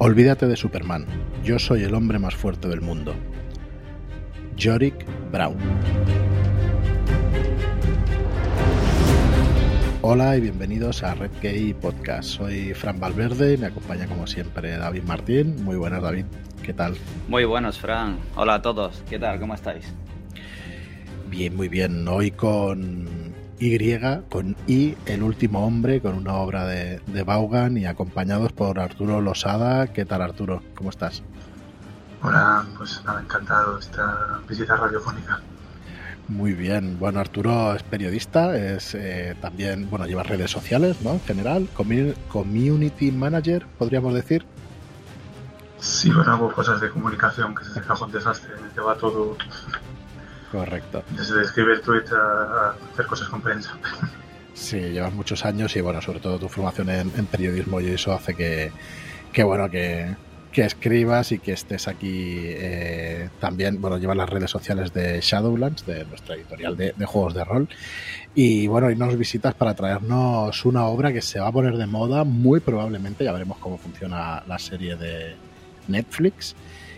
Olvídate de Superman. Yo soy el hombre más fuerte del mundo. Yorick Brown. Hola y bienvenidos a Red Gay Podcast. Soy Fran Valverde y me acompaña como siempre David Martín. Muy buenas, David. ¿Qué tal? Muy buenos, Fran. Hola a todos. ¿Qué tal? ¿Cómo estáis? Bien, muy bien. Hoy con con I, El último hombre, con una obra de Vaughan y acompañados por Arturo Losada. ¿Qué tal, Arturo? ¿Cómo estás? Hola, pues nada, encantado de esta visita radiofónica. Muy bien. Bueno, Arturo es periodista, es también, bueno, lleva redes sociales, ¿no? En general, community manager, podríamos decir. Sí, bueno, hago cosas de comunicación, que se deja un desastre, que va todo. Correcto. Desde escribir tweets a hacer cosas con prensa. Sí, llevas muchos años y, bueno, sobre todo tu formación en periodismo y eso hace que escribas y que estés aquí también. Bueno, llevas las redes sociales de Shadowlands, de nuestra editorial de juegos de rol, y bueno, hoy nos visitas para traernos una obra que se va a poner de moda muy probablemente. Ya veremos cómo funciona la serie de Netflix.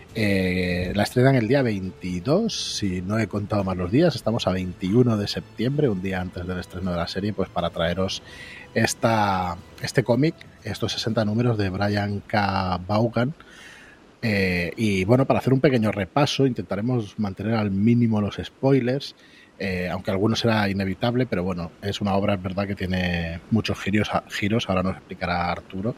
La estrenan el día 22, si no he contado mal los días. Estamos a 21 de septiembre, un día antes del estreno de la serie, pues para traeros este cómic, estos 60 números de Brian K. Vaughan. Y bueno, para hacer un pequeño repaso, intentaremos mantener al mínimo los spoilers, aunque algunos será inevitable, pero bueno, es una obra, es verdad, que tiene muchos giros, ahora nos explicará Arturo.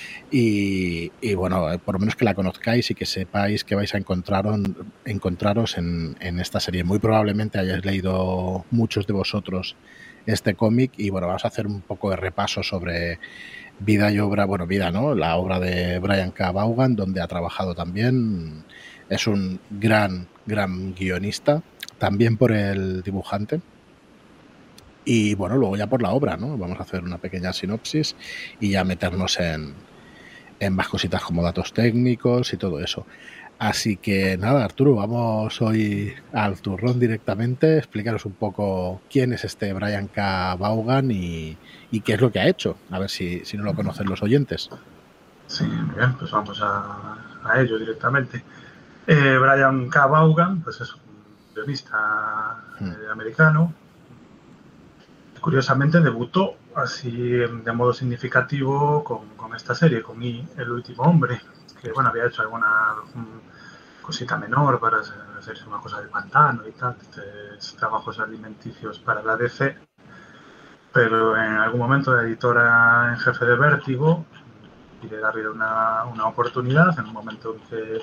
Y bueno, por lo menos que la conozcáis y que sepáis que vais a encontraros en esta serie. Muy probablemente hayáis leído muchos de vosotros este cómic y bueno, vamos a hacer un poco de repaso sobre vida y obra, bueno, vida, ¿no? La obra de Brian K. Vaughan, donde ha trabajado también. Es un gran guionista, también por el dibujante. Y bueno, luego ya por la obra, ¿no? Vamos a hacer una pequeña sinopsis y ya meternos en más cositas como datos técnicos y todo eso. Así que nada, Arturo, vamos hoy al turrón directamente. Explícanos un poco quién es este Brian K. Vaughan y qué es lo que ha hecho. A ver si no lo conocen los oyentes. Sí, bien, pues vamos a ello directamente. Brian K. Vaughan, pues es un guionista americano. Curiosamente debutó así de modo significativo con esta serie, con I, El último hombre, que bueno, había hecho alguna cosita menor para hacerse una cosa de pantano y tal, trabajos alimenticios para la DC, pero en algún momento la editora en jefe de Vértigo quiere darle una oportunidad en un momento en que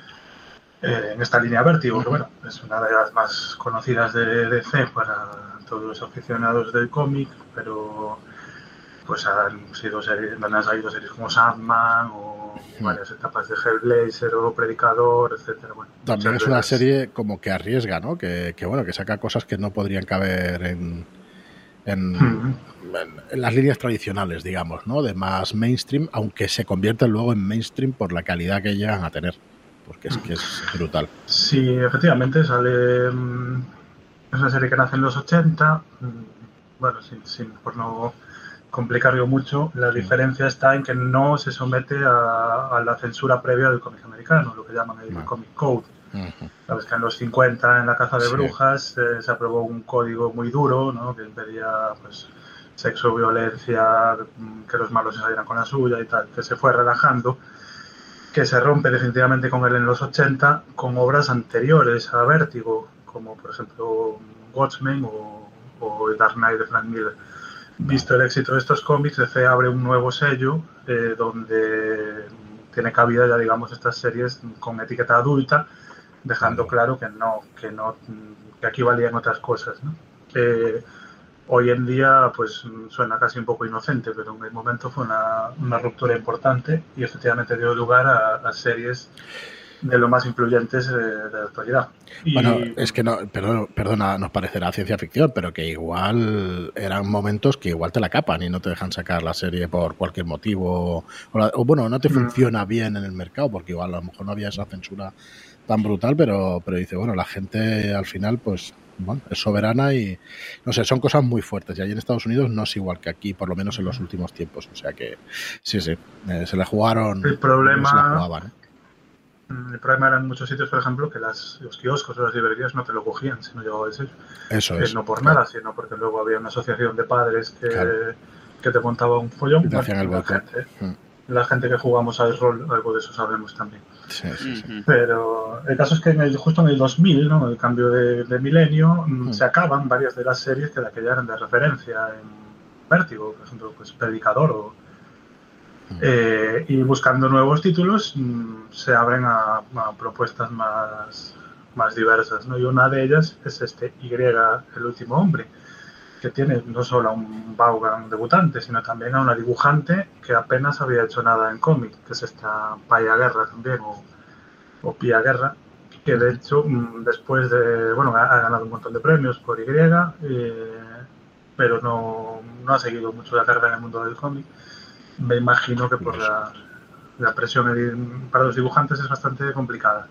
en esta línea Vértigo, que bueno, es una de las más conocidas de DC para todos los aficionados del cómic, pero pues han salido series como Sandman o varias etapas de Hellblazer o Predicador, etcétera. Bueno, también es una serie como que arriesga, ¿no? Que bueno, que saca cosas que no podrían caber en las líneas tradicionales, digamos, ¿no? De más mainstream, aunque se convierten luego en mainstream por la calidad que llegan a tener, porque es que es brutal. Sí, efectivamente, es una serie que nace en los 80. Bueno, por no complicarlo mucho, la diferencia está en que no se somete a la censura previa del cómic americano, lo que llaman el Comic Code. Sabes que en los 50, en la caza de brujas, se aprobó un código muy duro, ¿no? Que impedía pues sexo, violencia, que los malos se salieran con la suya y tal, que se fue relajando, que se rompe definitivamente con él en los 80 con obras anteriores a Vértigo, como por ejemplo Watchmen o Dark Knight de Frank Miller. Visto el éxito de estos cómics, DC abre un nuevo sello donde tiene cabida ya, digamos, estas series con etiqueta adulta, dejando claro que aquí valían otras cosas, ¿no? Hoy en día pues suena casi un poco inocente, pero en el momento fue una ruptura importante y efectivamente dio lugar a series de lo más influyentes de la actualidad. Bueno, es que no, perdona, nos parecerá ciencia ficción, pero que igual eran momentos que igual te la capan y no te dejan sacar la serie por cualquier motivo, o bueno, no te funciona bien en el mercado, porque igual a lo mejor no había esa censura tan brutal, pero dice, bueno, la gente al final pues bueno, es soberana y, no sé, son cosas muy fuertes. Y allí en Estados Unidos no es igual que aquí, por lo menos en los últimos tiempos. O sea que, sí, se la jugaron. El problema, se la jugaban, ¿eh? El problema era en muchos sitios, por ejemplo, que los kioscos o las librerías no te lo cogían si no llegaba el sello. Eso es. No por nada, sino porque luego había una asociación de padres que te montaba un follón. Y te hacían el boicot. La gente que jugamos al rol, algo de eso sabemos también. Sí. Pero el caso es que justo en el 2000, ¿no? El cambio de milenio, se acaban varias de las series que de aquella eran de referencia en Vértigo, por ejemplo, pues Predicador y buscando nuevos títulos se abren a propuestas más diversas, ¿no? Y una de ellas es Y, el último hombre, que tiene no solo a un Vaughan debutante, sino también a una dibujante que apenas había hecho nada en cómic, que es esta Paya Guerra también, o Pia Guerra, que de hecho después de, bueno, ha ganado un montón de premios por Y, pero no ha seguido mucho la carrera en el mundo del cómic. Me imagino que por la presión para los dibujantes es bastante complicada.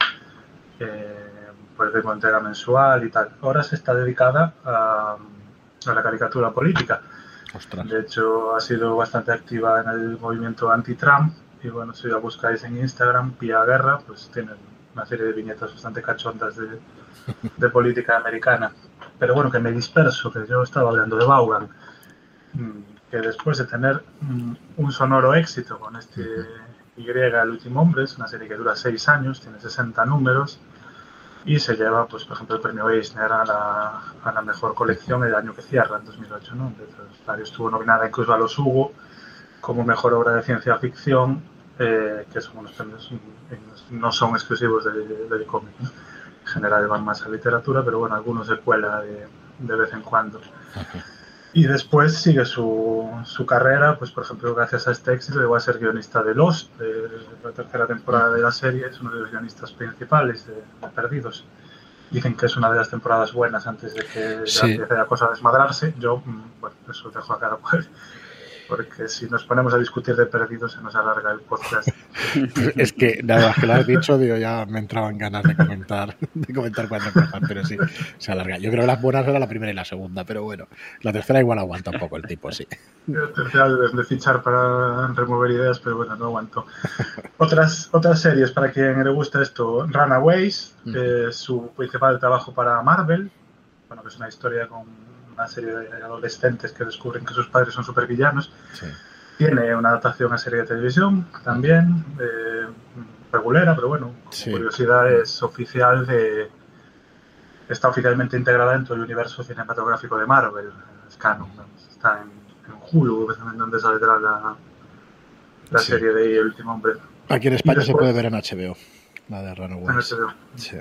Por el ritmo de entrega mensual y tal. Ahora se está dedicada a la caricatura política. Ostras. De hecho, ha sido bastante activa en el movimiento anti-Trump. Y bueno, si la buscáis en Instagram, Pia Guerra, pues tienen una serie de viñetas bastante cachondas de política americana. Pero bueno, que me disperso, que yo estaba hablando de Vaughan, que después de tener un sonoro éxito con Y, el último hombre, es una serie que dura 6 años, tiene 60 números, y se lleva, pues por ejemplo, el premio Eisner a la mejor colección el año que cierra, en 2008, ¿no? Entonces, estuvo nominada incluso a los Hugo como mejor obra de ciencia ficción, que son unos premios no son exclusivos del cómic, ¿no? En general van más a literatura, pero bueno, algunos se cuela de vez en cuando. Y después sigue su carrera, pues por ejemplo, gracias a este éxito llegó a ser guionista de Lost, de la tercera temporada de la serie, es uno de los guionistas principales de Perdidos. Dicen que es una de las temporadas buenas antes de que empiece la cosa a desmadrarse. Yo, bueno, eso dejo a cada cual, porque si nos ponemos a discutir de Perdidos se nos alarga el podcast. Es que nada más que lo has dicho, digo, ya me entraban ganas de comentar cuatro cosas, pero sí, se alarga. Yo creo que las buenas eran la primera y la segunda, pero bueno, la tercera igual aguanta un poco el tipo, sí. La tercera debes de fichar para remover ideas, pero bueno, no aguanto. Otras series para quien le gusta esto, Runaways, su principal trabajo para Marvel, bueno, que es una historia con una serie de adolescentes que descubren que sus padres son supervillanos. Sí. Tiene una adaptación a serie de televisión también, regulera, pero bueno, como curiosidad es oficial está oficialmente integrada dentro del universo cinematográfico de Marvel, es canon, está en Hulu, donde sale la serie de El último hombre. Aquí en España se puede ver en HBO, la de Runaways. En HBO. Sí.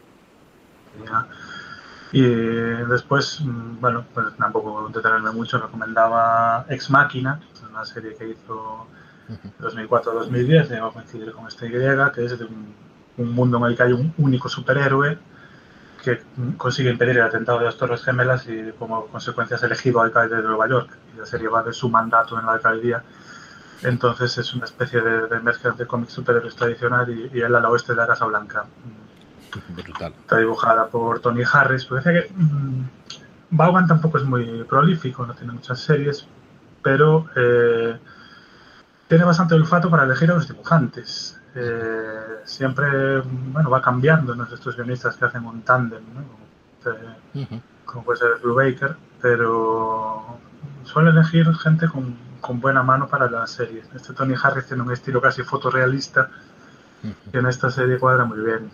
Y después, bueno, pues tampoco detenerme mucho, recomendaba Ex Machina, una serie que hizo 2004-2010, llegó a coincidir con esta Y, que es de un mundo en el que hay un único superhéroe que consigue impedir el atentado de las Torres Gemelas y como consecuencia es elegido alcalde de Nueva York. Y la serie va de su mandato en la alcaldía. Entonces es una especie de mezcla de cómic superhéroes tradicional y el ala oeste de la Casa Blanca. Brutal. Está dibujada por Tony Harris. Pues decía que Vaughan tampoco es muy prolífico, no tiene muchas series, pero tiene bastante olfato para elegir a los dibujantes. Siempre, bueno, va cambiando, ¿no? Estos guionistas que hacen un tándem, ¿no? Como puede ser Blue Baker, pero suele elegir gente con buena mano para las series. Este Tony Harris tiene un estilo casi fotorrealista que en esta serie cuadra muy bien.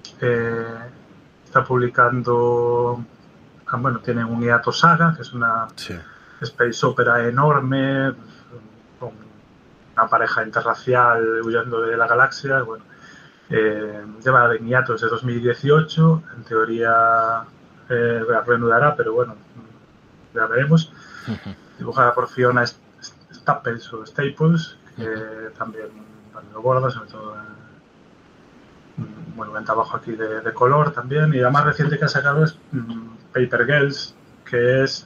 Está publicando, bueno, tiene un hiato Saga, que es una space opera enorme con una pareja interracial huyendo de la galaxia. Bueno, lleva en hiato desde 2018, en teoría reanudará, pero bueno, ya veremos. Dibujada por Fiona Staples o Staples, que también lo borda, sobre todo bueno, en trabajo aquí de color también. Y la más reciente que ha sacado es Paper Girls, que es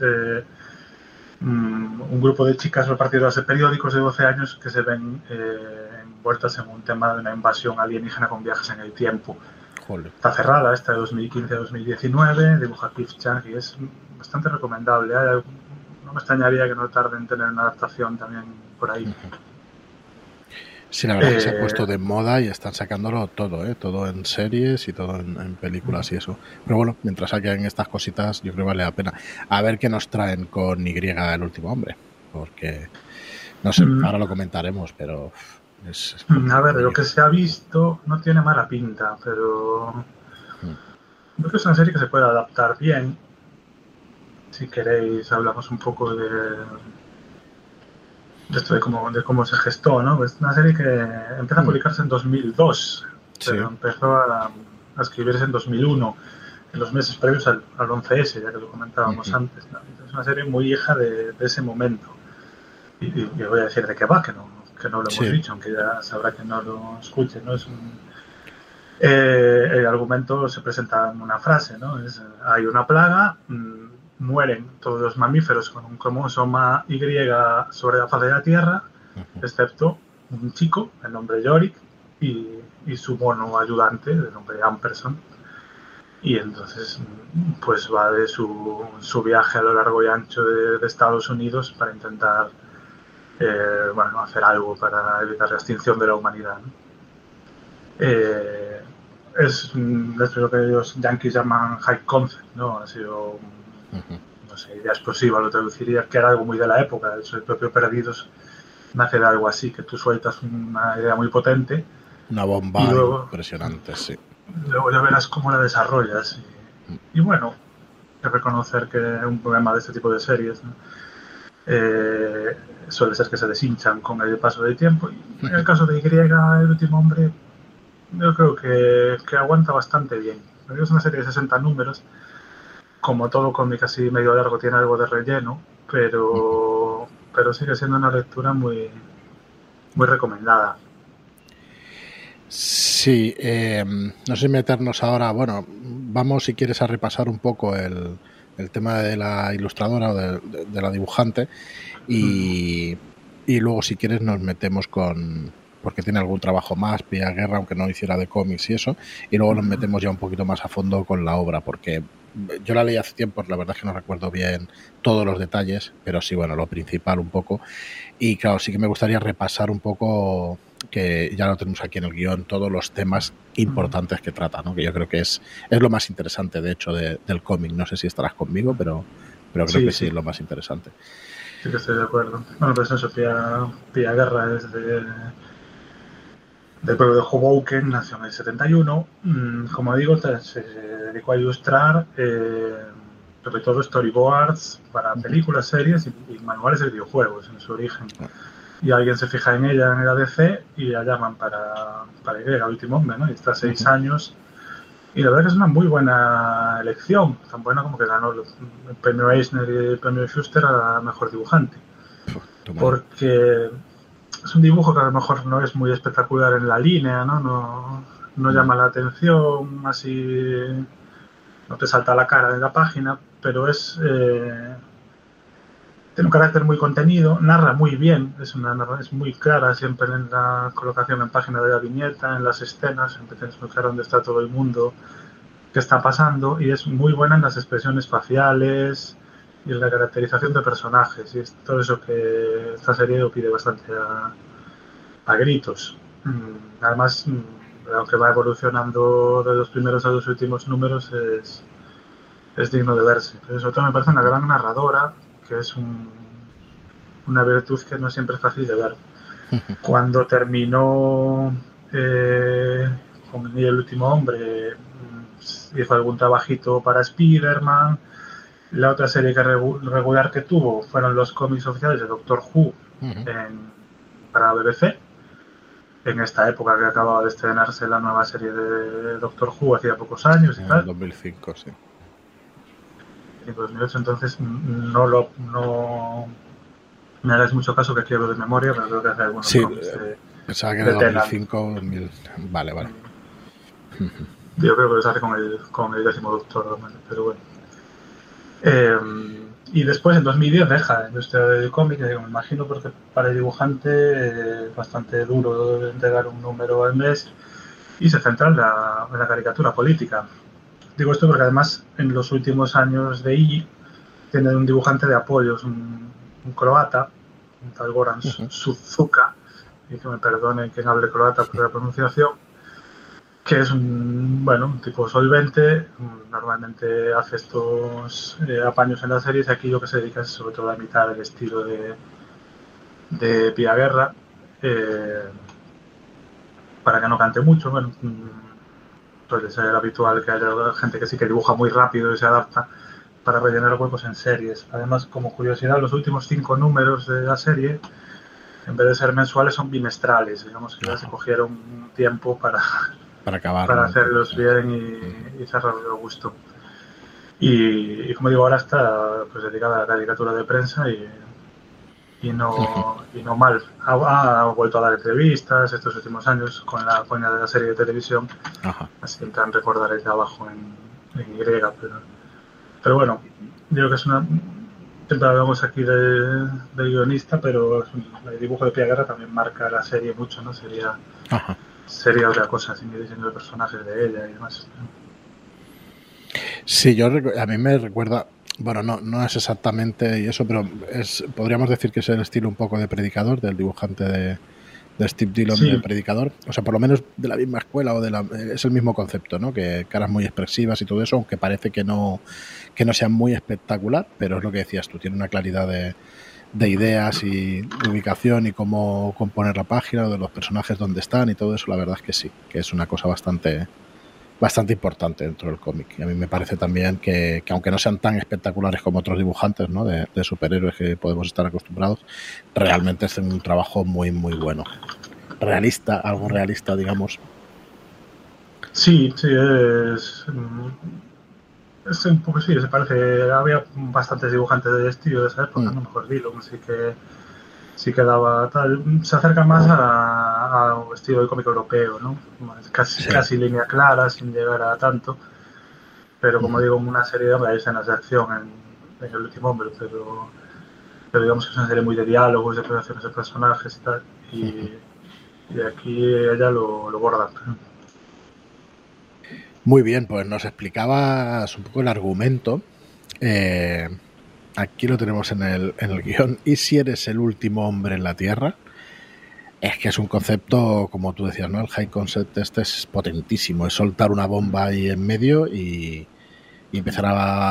un grupo de chicas repartidas de periódicos de 12 años que se ven envueltas en un tema de una invasión alienígena con viajes en el tiempo. Jole. Está cerrada, esta de 2015-2019, dibuja Keith Chang y es bastante recomendable. No me extrañaría que no tarde en tener una adaptación también por ahí. Sí, la verdad es que se ha puesto de moda y están sacándolo todo, todo en series y todo en películas y eso. Pero bueno, mientras saquen estas cositas, yo creo que vale la pena. A ver qué nos traen con Y, el último hombre. Porque, no sé, ahora lo comentaremos, pero es a ver, lo que se ha visto no tiene mala pinta, pero creo que es una serie que se puede adaptar bien. Si queréis, hablamos un poco de esto de cómo se gestó, ¿no? Es una serie que empieza a publicarse en 2002, pero empezó a escribirse en 2001, en los meses previos al 11S, ya que lo comentábamos antes, ¿no? Es una serie muy hija de ese momento. Y voy a decir de qué va, que no lo hemos dicho, aunque ya sabrá que no lo escuche, ¿no? El argumento se presenta en una frase, ¿no? Hay una plaga, mueren todos los mamíferos con un cromosoma Y sobre la faz de la Tierra, excepto un chico, el nombre Yorick, y su mono ayudante, de nombre Amperson. Y entonces, pues va de su viaje a lo largo y ancho de Estados Unidos para intentar hacer algo para evitar la extinción de la humanidad, ¿no? Es lo que los yankees llaman high concept, ¿no? Ha sido, no sé, idea explosiva, lo traduciría, que era algo muy de la época. De hecho, el propio Perdidos nace de algo así, que tú sueltas una idea muy potente. Una bomba y luego, impresionante, sí. Luego ya verás cómo la desarrollas. Y bueno, hay que reconocer que un problema de este tipo de series, ¿no? Suele ser que se deshinchan con el paso del tiempo. Y en el caso de Y, el último hombre, yo creo que aguanta bastante bien. Es una serie de 60 números. Como todo cómic así medio largo, tiene algo de relleno, pero sigue siendo una lectura muy, muy recomendada. Sí, no sé meternos ahora, bueno, vamos si quieres a repasar un poco el tema de la ilustradora o de la dibujante y luego si quieres nos metemos porque tiene algún trabajo más, Pia Guerra, aunque no hiciera de cómics y eso, y luego nos metemos ya un poquito más a fondo con la obra, porque yo la leí hace tiempo, la verdad es que no recuerdo bien todos los detalles, pero sí, bueno, lo principal un poco, y claro, sí que me gustaría repasar un poco, que ya lo tenemos aquí en el guión, todos los temas importantes que trata, ¿no? Que yo creo que es lo más interesante, de hecho, del cómic. No sé si estarás conmigo, pero creo que sí es lo más interesante. Sí que estoy de acuerdo. Bueno, pues eso, Pia Guerra es del pueblo de Hoboken, nació en el 71. Como digo, se dedicó a ilustrar sobre todo storyboards para películas, series y manuales de videojuegos en su origen. Y alguien se fija en ella en el ADC y la llaman para el último hombre, ¿no? Y está 6 años. Y la verdad que es una muy buena elección, tan buena como que ganó el premio Eisner y el premio Schuster a la mejor dibujante. Porque es un dibujo que a lo mejor no es muy espectacular en la línea, ¿no? No llama la atención, así no te salta a la cara en la página, pero tiene un carácter muy contenido, narra muy bien, es muy clara siempre en la colocación en página de la viñeta, en las escenas, siempre tienes muy claro dónde está todo el mundo, qué está pasando, y es muy buena en las expresiones faciales y en la caracterización de personajes, y es todo eso que esta serie lo pide bastante a gritos. Además, aunque va evolucionando de los primeros a los últimos números, es digno de verse. Pero sobre todo me parece una gran narradora, que es una virtud que no siempre es fácil de ver. Cuando terminó con El último hombre, hizo algún trabajito para Spider-Man. La otra serie regular que tuvo fueron los cómics oficiales de Doctor Who para BBC. En esta época que acababa de estrenarse la nueva serie de Doctor Who hacía pocos años y tal. En 2005, sí. En 2008, entonces no me hagáis mucho caso que quiero de memoria, pero creo que hace algunos cómics pensaba que era 2005, 2000. Vale. Yo creo que los hace con el 10º Doctor, pero bueno. Y después, en 2010, deja la industria del cómic, me imagino, porque para el dibujante es bastante duro entregar un número al mes. y se centra en la caricatura política. Digo esto porque además en los últimos años de I tiene un dibujante de apoyos, un croata, un tal Goran Suzuka, y que me perdone quien hable croata por la pronunciación, que es un tipo solvente, normalmente hace estos apaños en las series, y aquí lo que se dedica es sobre todo a imitar el estilo de Pia Guerra, para que no cante mucho. Bueno, suele ser habitual que haya gente que sí que dibuja muy rápido y se adapta para rellenar huecos en series. Además, como curiosidad, los últimos 5 números de la serie, en vez de ser mensuales, son bimestrales. Digamos que ya se cogieron un tiempo para acabar, para hacerlos bien y cerrarlo a gusto. Y como digo, ahora está pues dedicada a la caricatura de prensa y no mal. Ha vuelto a dar entrevistas estos últimos años con la coña de la serie de televisión. Así intentan recordar el trabajo en Y, pero bueno, yo creo que es una... Siempre hablamos aquí de guionista, pero el dibujo de Pia Guerra también marca la serie mucho, ¿no? Sería otra cosa, sin el diseño de personajes de ella y demás. Sí, a mí me recuerda, bueno, no es exactamente eso, pero podríamos decir que es el estilo un poco de Predicador, del dibujante de Steve Dillon, sí, de Predicador. O sea, por lo menos de la misma escuela es el mismo concepto, ¿no? Que caras muy expresivas y todo eso, aunque parece que no sea muy espectacular, pero es lo que decías tú, tiene una claridad de ideas y de ubicación y cómo componer la página, de los personajes donde están y todo eso. La verdad es que sí, que es una cosa bastante importante dentro del cómic. Y a mí me parece también que aunque no sean tan espectaculares como otros dibujantes, ¿no? de superhéroes que podemos estar acostumbrados, realmente es un trabajo muy, muy bueno. Algo realista, digamos. Sí, es un poco sí, se parece. Había bastantes dibujantes de estilo de esa época, ¿no? Mejor Dillon, sí que daba tal. Se acerca más a un estilo de cómic europeo, ¿no? Casi línea clara, sin llegar a tanto. Pero como digo, una serie hay escenas de acción en El Último Hombre, pero digamos que es una serie muy de diálogos, de creaciones de personajes y tal. Y aquí ella lo borda. Muy bien, pues nos explicabas un poco el argumento. Aquí lo tenemos en el guión. ¿Y si eres el último hombre en la Tierra? Es que es un concepto, como tú decías, ¿no? El high concept es potentísimo. Es soltar una bomba ahí en medio y empezar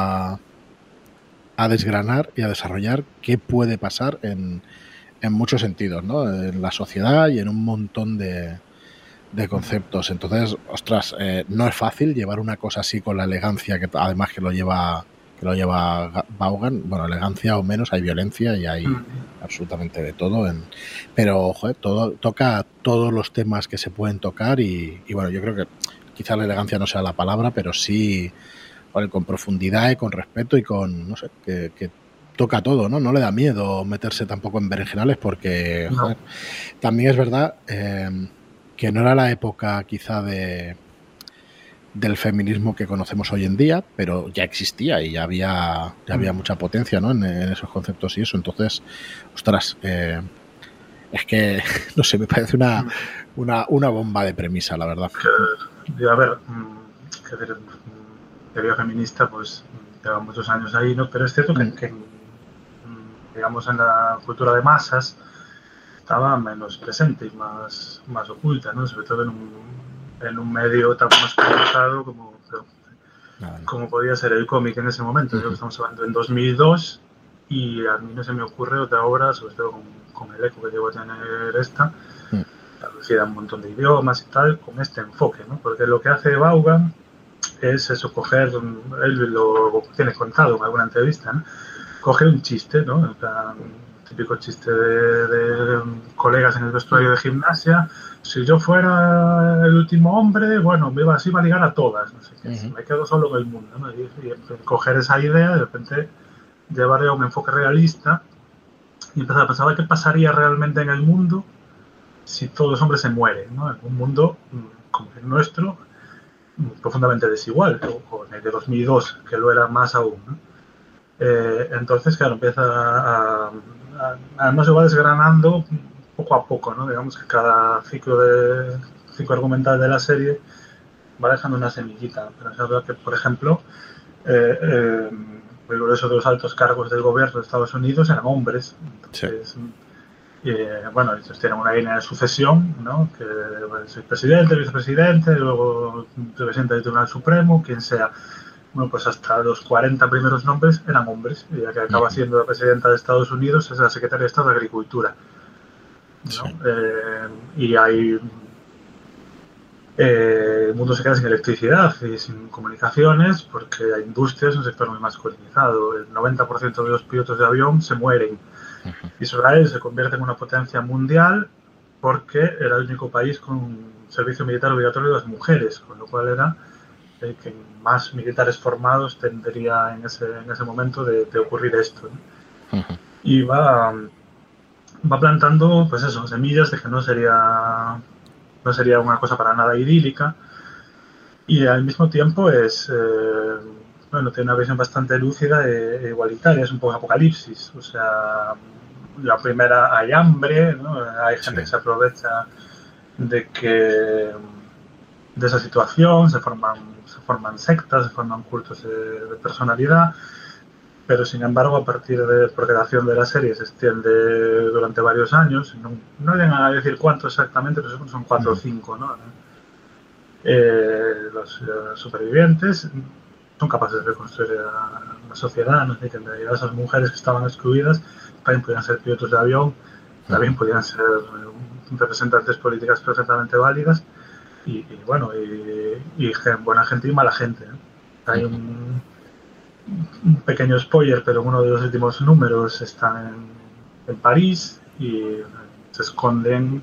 a desgranar y a desarrollar qué puede pasar en muchos sentidos, ¿no? En la sociedad y en un montón de conceptos. Entonces, ostras, no es fácil llevar una cosa así con la elegancia que además que lo lleva Vaughan. Bueno, elegancia o menos, hay violencia y hay absolutamente de todo. Pero, joder, toca todos los temas que se pueden tocar y bueno, yo creo que quizá la elegancia no sea la palabra, pero sí con profundidad y con respeto y con, no sé, que toca todo, ¿no? No le da miedo meterse tampoco en berenjenales porque, joder, también es verdad que no era la época quizá del feminismo que conocemos hoy en día, pero ya existía y ya había mucha potencia, ¿no? en esos conceptos y eso. Entonces, ostras, es que, no sé, me parece una bomba de premisa, la verdad. A ver, teoría feminista, pues lleva muchos años ahí, ¿no? Pero es cierto que digamos, en la cultura de masas estaba menos presente y más oculta, ¿no? Sobre todo en un medio tan masculinizado como podía ser el cómic en ese momento. Yo estamos hablando en 2002 y a mí no se me ocurre otra obra, sobre todo con el eco que llegó a tener esta, traducida en un montón de idiomas y tal, con este enfoque, ¿no? Porque lo que hace Vaughan es eso, él lo tiene contado en alguna entrevista, ¿no? Coge un chiste, ¿no? En plan, típico chiste de colegas en el vestuario de gimnasia. Si yo fuera el último hombre, bueno, me iba a ligar a todas, no sé qué. Me quedo solo en el mundo, ¿no? Y coger esa idea, de repente llevarle a un enfoque realista y empezar a pensar qué pasaría realmente en el mundo si todos los hombres se mueren, ¿no? En un mundo como el nuestro, profundamente desigual, o en el de 2002, que lo era más aún, ¿no? Entonces, claro, empieza además se va desgranando poco a poco, ¿no? Digamos que cada tráfico argumental de la serie va dejando una semillita. Pero es verdad que, por ejemplo, el grueso de los altos cargos del gobierno de Estados Unidos eran hombres. Entonces, bueno, ellos tienen una línea de sucesión, ¿no? Que es el presidente, el vicepresidente, luego el presidente del Tribunal Supremo, quien sea. Bueno, pues hasta los 40 primeros nombres eran hombres, y la que acaba siendo la presidenta de Estados Unidos es la secretaria de Estado de Agricultura, ¿no? Sí. Y hay el mundo se queda sin electricidad y sin comunicaciones porque la industria es un sector muy masculinizado. El 90% de los pilotos de avión se mueren. Israel se convierte en una potencia mundial porque era el único país con servicio militar obligatorio de las mujeres, con lo cual era el que más militares formados tendría en ese momento de ocurrir esto, ¿no? Y va plantando, pues eso, semillas de que no sería una cosa para nada idílica, y al mismo tiempo es bueno, tiene una visión bastante lúcida e igualitaria, es un poco apocalipsis. O sea, la primera, hay hambre, ¿no? Hay gente que se aprovecha de esa situación, se forman sectas, se forman cultos de personalidad, pero sin embargo, a partir de procreación de la serie se extiende durante varios años. No llegan a decir cuánto exactamente, pero son 4 o 5, ¿no? Los supervivientes son capaces de reconstruir la sociedad, ¿no? Que en realidad esas mujeres que estaban excluidas también podían ser pilotos de avión, también podían ser representantes políticas perfectamente válidas, y bueno, y buena gente y mala gente, ¿no? Hay un pequeño spoiler, pero uno de los últimos números están en París y se esconden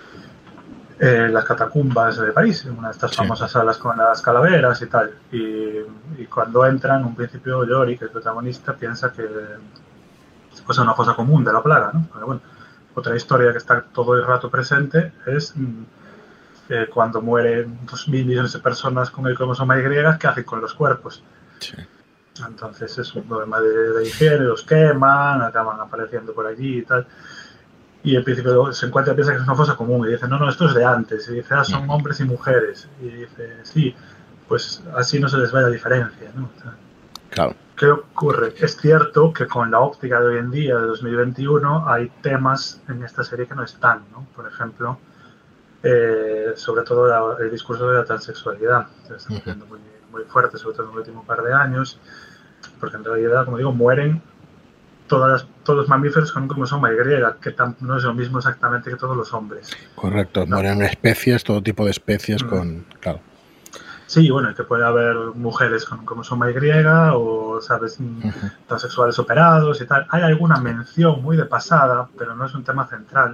las catacumbas de París, en una de estas famosas salas con las calaveras y tal. Y cuando entran, en un principio Yori, que es el protagonista, piensa que es una cosa común de la plaga, ¿no? Pero bueno, otra historia que está todo el rato presente es cuando mueren 2.000 millones de personas con el cromosoma Y, ¿qué hacen con los cuerpos? Sí. Entonces es un problema de higiene, los queman, acaban apareciendo por allí y tal. Y al principio se encuentra, piensa que es una fosa común y dice, no, esto es de antes. Y dice, son hombres y mujeres. Y dice, sí, pues así no se les ve la diferencia, ¿no? O sea, claro. ¿Qué ocurre? Es cierto que con la óptica de hoy en día, de 2021, hay temas en esta serie que no están, ¿no? Por ejemplo, sobre todo el discurso de la transexualidad. Se está haciendo muy fuerte, sobre todo en el último par de años, porque en realidad, como digo, mueren todos los mamíferos con un cromosoma Y, que no es lo mismo exactamente que todos los hombres. Correcto, ¿no? Mueren especies, todo tipo de especies con... Claro. Sí, bueno, que puede haber mujeres con un cromosoma Y o, ¿sabes?, transexuales operados y tal. Hay alguna mención muy de pasada, pero no es un tema central.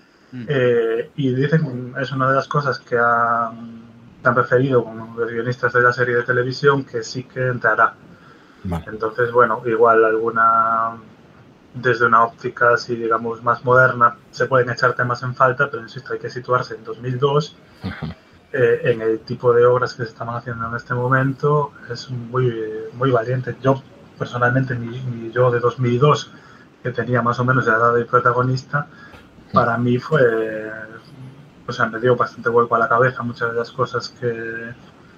Y dicen, es una de las cosas que han referido como los guionistas de la serie de televisión, que sí que entrará. Vale. Entonces, bueno, igual desde una óptica así, digamos, más moderna, se pueden echar temas en falta, pero insisto, hay que situarse en 2002. En el tipo de obras que se están haciendo en este momento es muy valiente. Yo, personalmente, mi yo de 2002, que tenía más o menos la edad del protagonista, para mí fue... O sea, me dio bastante vuelco a la cabeza muchas de las cosas que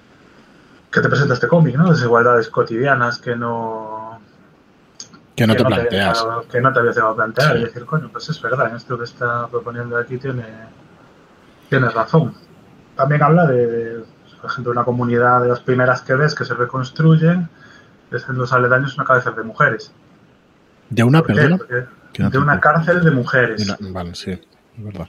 te presenta este cómic, ¿no? Desigualdades cotidianas que no te planteas. Que no te habías llegado a plantear. Sí. Y decir, coño, pues es verdad, esto que está proponiendo aquí tiene razón. También habla de, por ejemplo, una comunidad de las primeras que ves que se reconstruyen, es en los aledaños una cárcel de mujeres. ¿De una, perdona? De una cárcel de mujeres. Vale, sí, es verdad.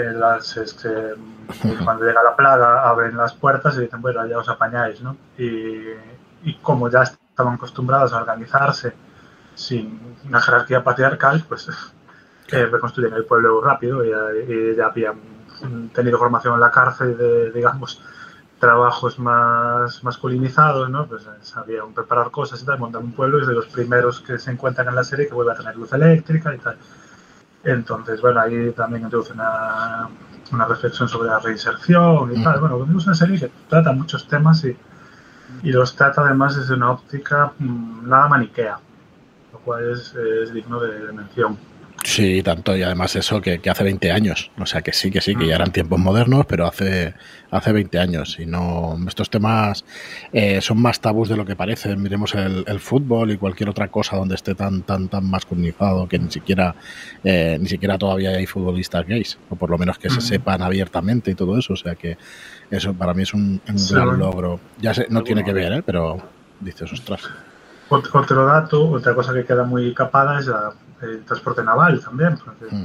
Cuando llega la plaga abren las puertas y dicen, bueno, ya os apañáis, ¿no? Y como ya estaban acostumbradas a organizarse sin una jerarquía patriarcal, pues reconstruyen el pueblo rápido y ya habían tenido formación en la cárcel de, digamos, trabajos más masculinizados, ¿no? Pues sabían preparar cosas y tal, montan un pueblo, y es de los primeros que se encuentran en la serie que vuelve a tener luz eléctrica y tal. Entonces, bueno, ahí también introduce una reflexión sobre la reinserción y tal. Bueno, es una serie que trata muchos temas y los trata además desde una óptica nada maniquea, lo cual es digno de mención. Sí, tanto, y además eso que hace 20 años, o sea que sí, que ya eran tiempos modernos, pero hace 20 años, y no, estos temas son más tabús de lo que parece. Miremos el fútbol y cualquier otra cosa donde esté tan masculinizado que ni siquiera todavía hay futbolistas gays, o por lo menos que se sepan abiertamente y todo eso, o sea que eso para mí es un gran logro. Ya sé, no tiene que ver, pero dices, ostras. Otro dato, otra cosa que queda muy capada es el transporte naval también.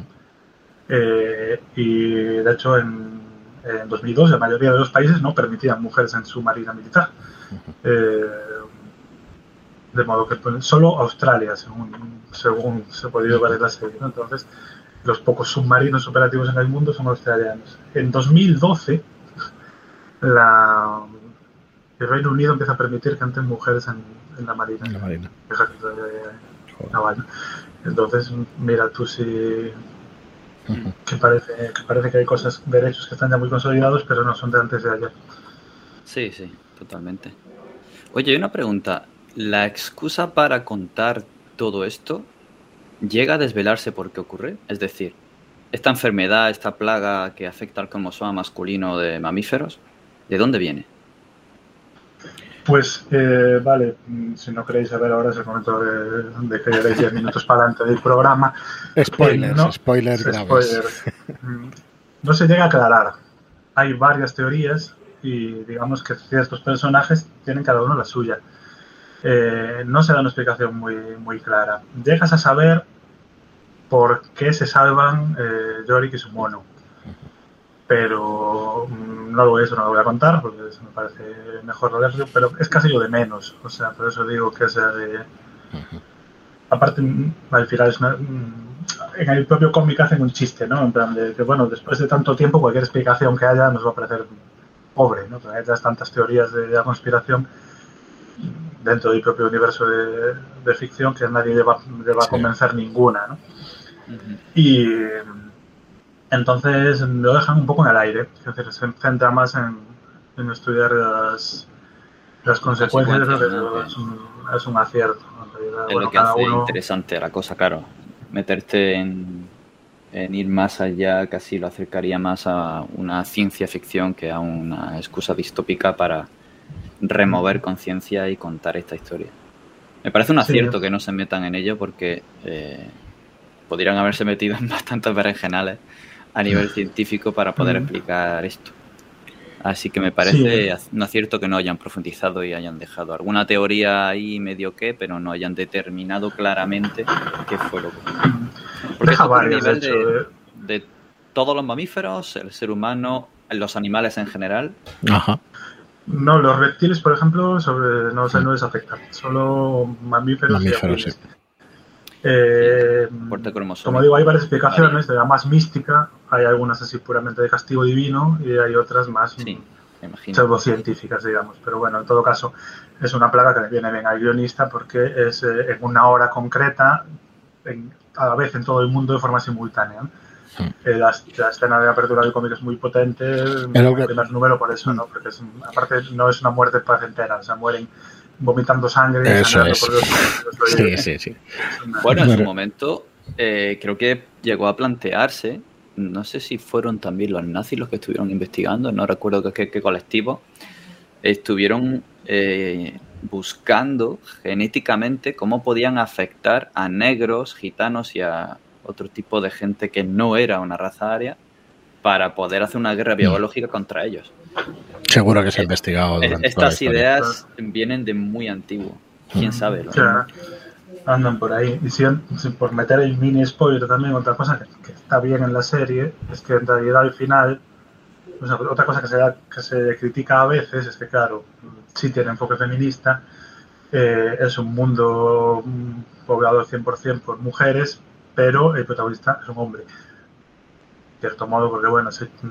Y de hecho en 2002 la mayoría de los países no permitían mujeres en su marina militar. De modo que solo Australia, según se ha podido ver en la serie, ¿no? Entonces, los pocos submarinos operativos en el mundo son australianos. En 2012 el Reino Unido empieza a permitir que entren mujeres en la marina. En la marina. Naval. Entonces, mira tú si que parece que hay derechos que están ya muy consolidados, pero no son de antes de ayer. Sí, totalmente. Oye, una pregunta. ¿La excusa para contar todo esto llega a desvelarse por qué ocurre? Es decir, esta enfermedad, esta plaga que afecta al cromosoma masculino de mamíferos, ¿de dónde viene? Pues, vale, si no queréis saber ahora es el momento de que llevéis 10 minutos para adelante del programa. Spoilers graves. No se llega a aclarar. Hay varias teorías y digamos que ciertos personajes tienen cada uno la suya. No se da una explicación muy clara. Llegas a saber por qué se salvan Yorick y su mono. Pero no lo voy a contar porque eso me parece mejor leerlo, pero es casi lo de menos. O sea, por eso digo que sea de... Aparte, al final en el propio cómic hacen un chiste, ¿no? En plan de que, bueno, después de tanto tiempo cualquier explicación que haya nos va a parecer pobre, ¿no? Porque hay tantas teorías de la conspiración dentro del propio universo de ficción que a nadie le va a convencer ninguna, ¿no? Y entonces lo dejan un poco en el aire, es decir, se centra más en estudiar las consecuencias, ¿no? Es un acierto. En realidad, es lo que hace interesante la cosa, claro. Meterte en ir más allá casi lo acercaría más a una ciencia ficción que a una excusa distópica para remover conciencia y contar esta historia. Me parece un acierto que no se metan en ello porque podrían haberse metido en bastantes berenjenales a nivel científico para poder explicar esto. Así que me parece un acierto que no hayan profundizado y hayan dejado alguna teoría ahí medio pero no hayan determinado claramente qué fue lo que ocurrió. Porque deja varias, a nivel de todos los mamíferos, el ser humano, los animales en general. Ajá. No, los reptiles, por ejemplo, no les afecta. Solo mamíferos y sí. Como digo, hay varias explicaciones. De la más mística, hay algunas así puramente de castigo divino y hay otras más pseudocientíficas, digamos. Pero bueno, en todo caso, es una plaga que le viene bien al guionista porque es en una hora concreta, a la vez en todo el mundo de forma simultánea. La escena de apertura del cómic es muy potente, el primer número por eso, ¿no? Porque aparte no es una muerte placentera, o sea, mueren vomitando sangre. Eso es. Sí. Bueno, en su momento creo que llegó a plantearse, no sé si fueron también los nazis los que estuvieron investigando, no recuerdo qué colectivo, estuvieron buscando genéticamente cómo podían afectar a negros, gitanos y a otro tipo de gente que no era una raza aria para poder hacer una guerra biológica contra ellos. Seguro que se ha investigado durante estas ideas vienen de muy antiguo. ¿Quién sabe? Andan por ahí. Y si por meter el mini spoiler también, otra cosa que está bien en la serie es que en realidad al final, o sea, otra cosa que se critica a veces es que, claro, sí tiene enfoque feminista, es un mundo poblado al 100% por mujeres, pero el protagonista es un hombre. De cierto modo, porque bueno,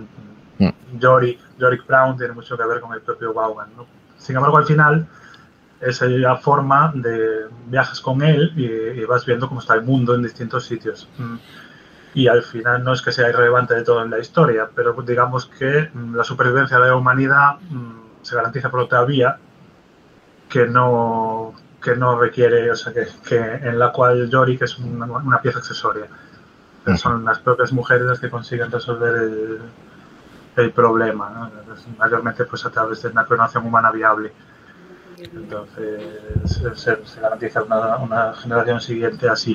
Yorick Brown tiene mucho que ver con el propio Vaughan, ¿no? Sin embargo, al final es la forma de viajas con él y vas viendo cómo está el mundo en distintos sitios. Y al final no es que sea irrelevante de todo en la historia, pero digamos que la supervivencia de la humanidad se garantiza por otra vía que no requiere, o sea, que en la cual Yorick es una pieza accesoria. son las propias mujeres las que consiguen resolver el problema, ¿no? Mayormente pues a través de una clonación humana viable. Entonces se garantiza una generación siguiente así.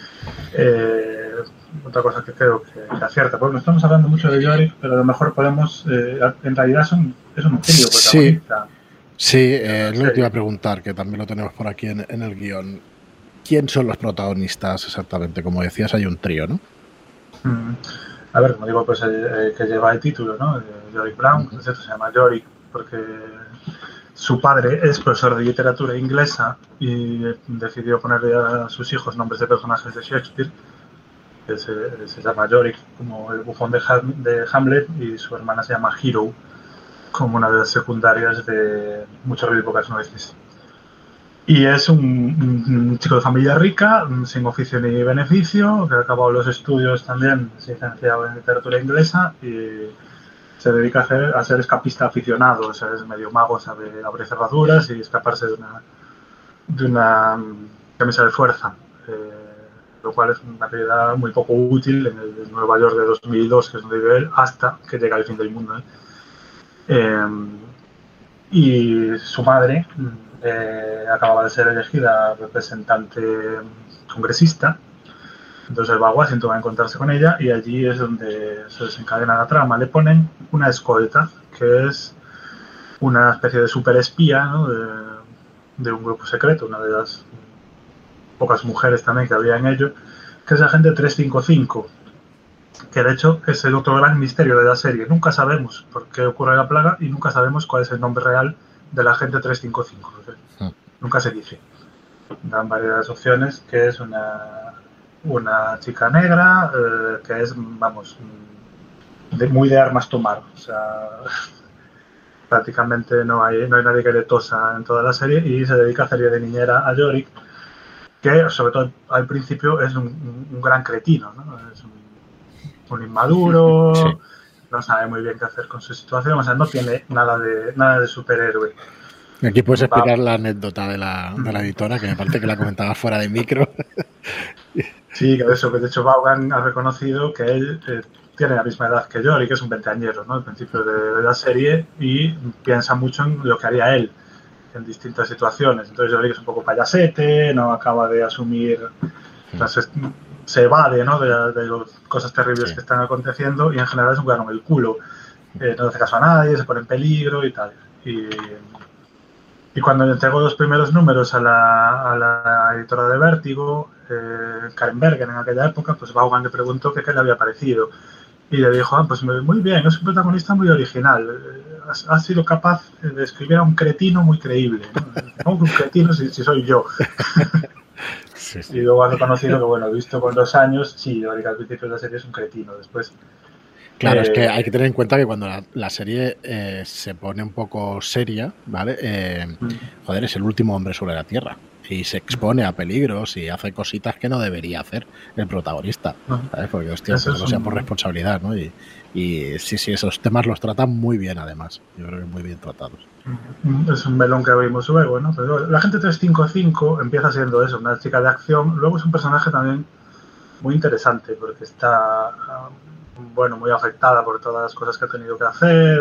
Otra cosa que creo que acierta, porque estamos hablando mucho de Yorick, pero a lo mejor podemos, en realidad es un genio protagonista. Sí, es lo que te iba a preguntar, que también lo tenemos por aquí en el guión. ¿Quién son los protagonistas exactamente? Como decías, hay un trío, ¿no? A ver, como digo, pues que lleva el título, ¿no? Yorick Brown, se llama Yorick porque su padre es profesor de literatura inglesa y decidió ponerle a sus hijos nombres de personajes de Shakespeare. Se llama Yorick, como el bufón de Hamlet, y su hermana se llama Hero, como una de las secundarias de Mucho ruido y pocas nueces. Y es un chico de familia rica, sin oficio ni beneficio, que ha acabado los estudios también, se ha licenciado en literatura inglesa y se dedica a ser escapista aficionado, o sea, es medio mago, sabe abrir cerraduras y escaparse de una camisa de fuerza, lo cual es una habilidad muy poco útil en el Nueva York de 2002, que es donde vive él, hasta que llega el fin del mundo. Y su madre acababa de ser elegida representante congresista, entonces va a Washington a encontrarse con ella y allí es donde se desencadena la trama. Le ponen una escolta, que es una especie de superespía, ¿no? de un grupo secreto, una de las pocas mujeres también que había en ello, que es Agente 355, que de hecho es el otro gran misterio de la serie. Nunca sabemos por qué ocurre la plaga y nunca sabemos cuál es el nombre real del Agente 355. Nunca se dice. Dan varias opciones, que es una chica negra, que es, vamos, muy de armas tomar. O sea, prácticamente no hay nadie que le tosa en toda la serie y se dedica a hacer de niñera a Yorick, que sobre todo al principio es un gran cretino, ¿no? Es un inmaduro, sí. No sabe muy bien qué hacer con su situación, o sea, no tiene nada de superhéroe. Aquí puedes explicar la anécdota de la editora, que me parece que la comentaba fuera de micro. Sí, que de hecho Vaughan ha reconocido que él tiene la misma edad que yo y que es un veinteañero, ¿no? Al principio de la serie, y piensa mucho en lo que haría él en distintas situaciones. Entonces Yorick es un poco payasete, no acaba de asumir, entonces se evade, ¿no? de las cosas terribles que están aconteciendo y en general es un gato en el culo. No hace caso a nadie, se pone en peligro y tal. Y cuando le entregó los primeros números a la editora de Vértigo, Karen Berger en aquella época, pues Vaughan le preguntó qué le había parecido. Y le dijo, pues muy bien, es un protagonista muy original. Has sido capaz de escribir a un cretino muy creíble, ¿no? ¿Cómo que un cretino si soy yo? Sí. Y luego has reconocido que, bueno, visto con 2 años, sí, al principio de la serie es un cretino. Después... Claro, es que hay que tener en cuenta que cuando la serie se pone un poco seria, ¿vale? Joder, es el último hombre sobre la Tierra y se expone a peligros y hace cositas que no debería hacer el protagonista, ¿sabes? Porque, hostia, que no sea por responsabilidad, ¿no? Y sí, esos temas los tratan muy bien, además. Yo creo que muy bien tratados. Es un melón que abrimos luego, ¿no? Pero la Agente 355 empieza siendo eso, una chica de acción. Luego es un personaje también muy interesante porque está... bueno, muy afectada por todas las cosas que ha tenido que hacer,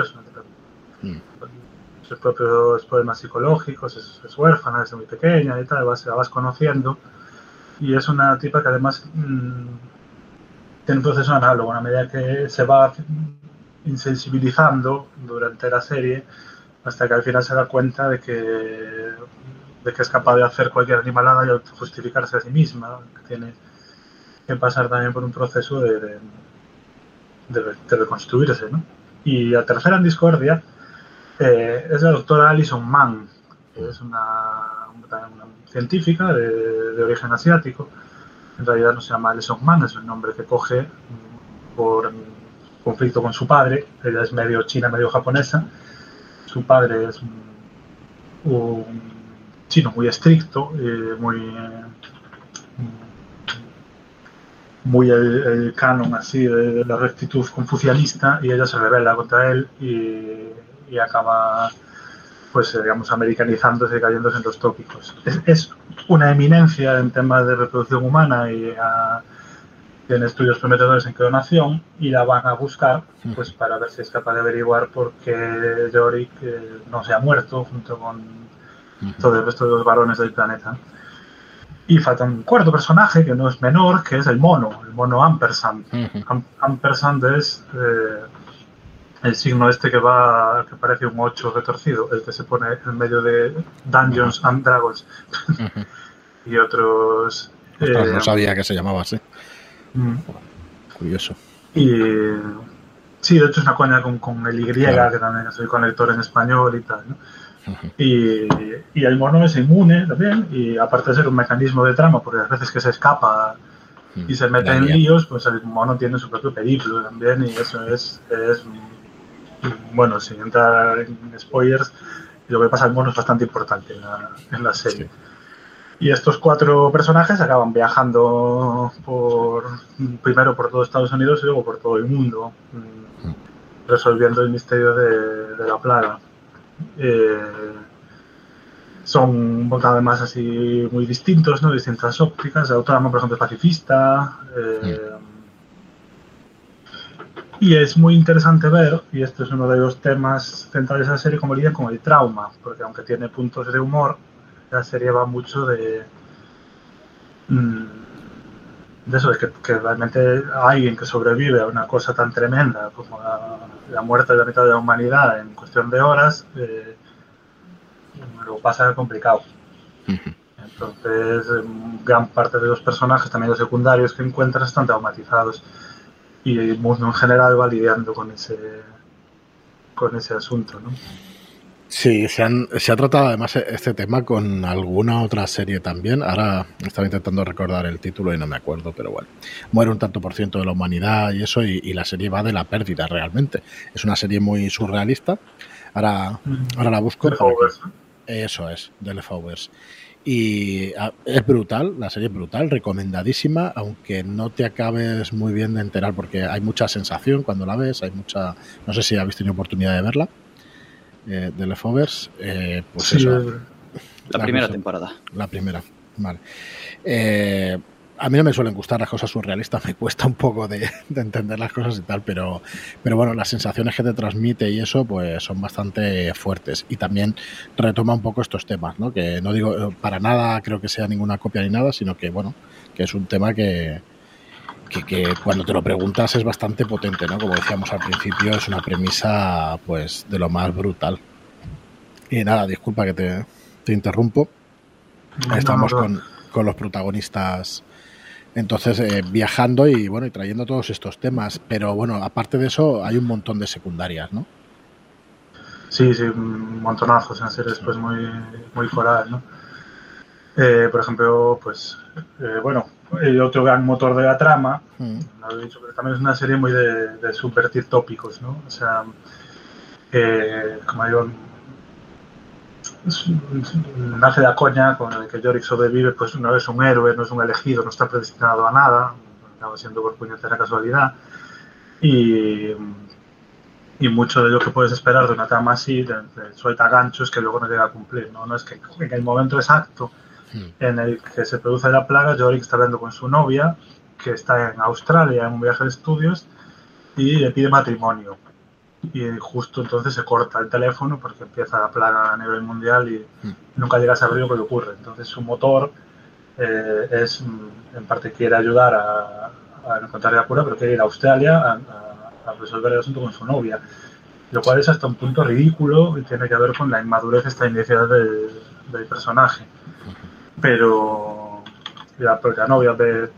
sus propios problemas psicológicos, es huérfana desde muy pequeña y tal, la vas conociendo, y es una tipa que además tiene un proceso análogo, a medida que se va insensibilizando durante la serie, hasta que al final se da cuenta de que es capaz de hacer cualquier animalada y justificarse a sí misma, que tiene que pasar también por un proceso de reconstruirse, ¿no? Y la tercera en discordia es la doctora Alison Mann, que es una científica de origen asiático. En realidad no se llama Alison Mann, es un nombre que coge por conflicto con su padre. Ella es medio china, medio japonesa. Su padre es un chino muy estricto, muy el canon así de la rectitud confucianista, y ella se rebela contra él y acaba, pues digamos, americanizándose y cayéndose en los tópicos. Es una eminencia en temas de reproducción humana y tiene estudios prometedores en clonación y la van a buscar pues para ver si es capaz de averiguar por qué Yorick no se ha muerto junto con todo el resto de los varones del planeta. Y falta un cuarto personaje que no es menor, que es el mono Ampersand. Ampersand es el signo este que parece un 8 retorcido, el que se pone en medio de Dungeons and Dragons y otros... no sabía que se llamaba así. Curioso. Y sí, de hecho es una coña con el Y, claro, que también es el conector en español y tal, ¿no? Y el mono es inmune también, y aparte de ser un mecanismo de trama, porque las veces que se escapa y se mete en líos, pues el mono tiene su propio periplo también, y eso es bueno, sin entrar en spoilers, lo que pasa al mono es bastante importante en la serie. Sí. Y estos 4 personajes acaban viajando primero por todo Estados Unidos y luego por todo el mundo, resolviendo el misterio de la plaga. Son además así muy distintos, ¿no? Distintas ópticas. El autor, por ejemplo, es pacifista. Y es muy interesante ver, y esto es uno de los temas centrales de la serie, cómo lidian con el trauma, porque aunque tiene puntos de humor, la serie va mucho de eso, de que realmente alguien que sobrevive a una cosa tan tremenda como la muerte de la mitad de la humanidad en cuestión de horas, lo pasa complicado. Entonces, gran parte de los personajes, también los secundarios que encuentras, están traumatizados, y el mundo en general va lidiando con ese asunto, ¿no? Sí, se ha tratado además este tema con alguna otra serie también. Ahora estaba intentando recordar el título y no me acuerdo, pero bueno. Muere un tanto por ciento de la humanidad y eso, y la serie va de la pérdida realmente. Es una serie muy surrealista. Ahora la busco. Eso es, The Leftovers. Y es brutal, la serie es brutal, recomendadísima, aunque no te acabes muy bien de enterar porque hay mucha sensación cuando la ves, no sé si habéis tenido oportunidad de verla. De Leftovers, pues sí, eso. La primera temporada. La primera, vale. A mí no me suelen gustar las cosas surrealistas, me cuesta un poco de entender las cosas y tal, pero bueno, las sensaciones que te transmite y eso, pues son bastante fuertes. Y también retoma un poco estos temas, ¿no? Que no digo para nada, creo que sea ninguna copia ni nada, sino que, bueno, que es un tema que cuando te lo preguntas es bastante potente, ¿no? Como decíamos al principio, es una premisa pues de lo más brutal. Y nada, disculpa que te interrumpo. Estamos con los protagonistas entonces viajando y bueno, y trayendo todos estos temas, pero bueno, aparte de eso hay un montón de secundarias, ¿no? Sí, un montonazo, en series pues muy, muy foral, ¿no? Por ejemplo, pues bueno, el otro gran motor de la trama, no lo he dicho, pero también es una serie muy de subvertir tópicos, ¿no? O sea, como digo, nace la coña con el que Yorick sobrevive, pues no es un héroe, no es un elegido, no está predestinado a nada, acaba siendo por puñetera casualidad, y mucho de lo que puedes esperar de una trama así, de suelta ganchos que luego no llega a cumplir, ¿no? No es que en el momento exacto en el que se produce la plaga, Yorick está hablando con su novia, que está en Australia en un viaje de estudios, y le pide matrimonio. Y justo entonces se corta el teléfono porque empieza la plaga a nivel mundial y nunca llega a saber lo que le ocurre. Entonces su motor es, en parte, quiere ayudar a encontrar la cura, pero quiere ir a Australia a resolver el asunto con su novia. Lo cual es hasta un punto ridículo y tiene que ver con la inmadurez esta inicial del personaje. Pero la propia novia de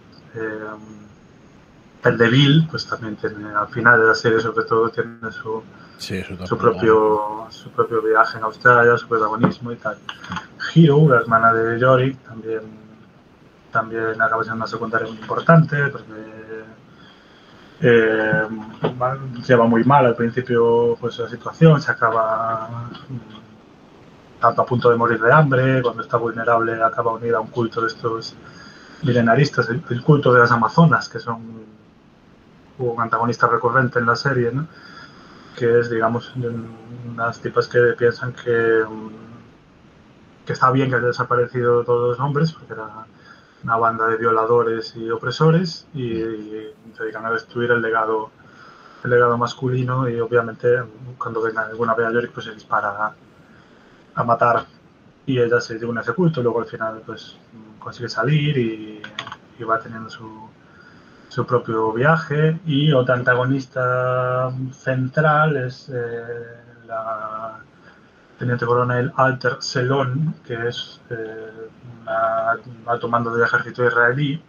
el de Bill, pues también tiene, al final de la serie sobre todo, tiene su propio viaje en Australia, su protagonismo y tal. Hiro, la hermana de Yorick, también acaba siendo una secundaria muy importante, porque lleva muy mal al principio pues la situación, se acaba tanto a punto de morir de hambre, cuando está vulnerable acaba unida a un culto de estos milenaristas, el culto de las Amazonas, que son un antagonista recurrente en la serie, ¿no? Que es, digamos, unas tipas que piensan que está bien que haya desaparecido todos los hombres, porque una banda de violadores y opresores y se dedican a destruir el legado masculino, y obviamente cuando venga alguna vez a Yorick pues se dispara a matar, y ella se une a ese culto. Luego al final pues consigue salir y va teniendo su propio viaje. Y otra antagonista central es la teniente coronel Alter Selon, que es un alto mando del ejército israelí,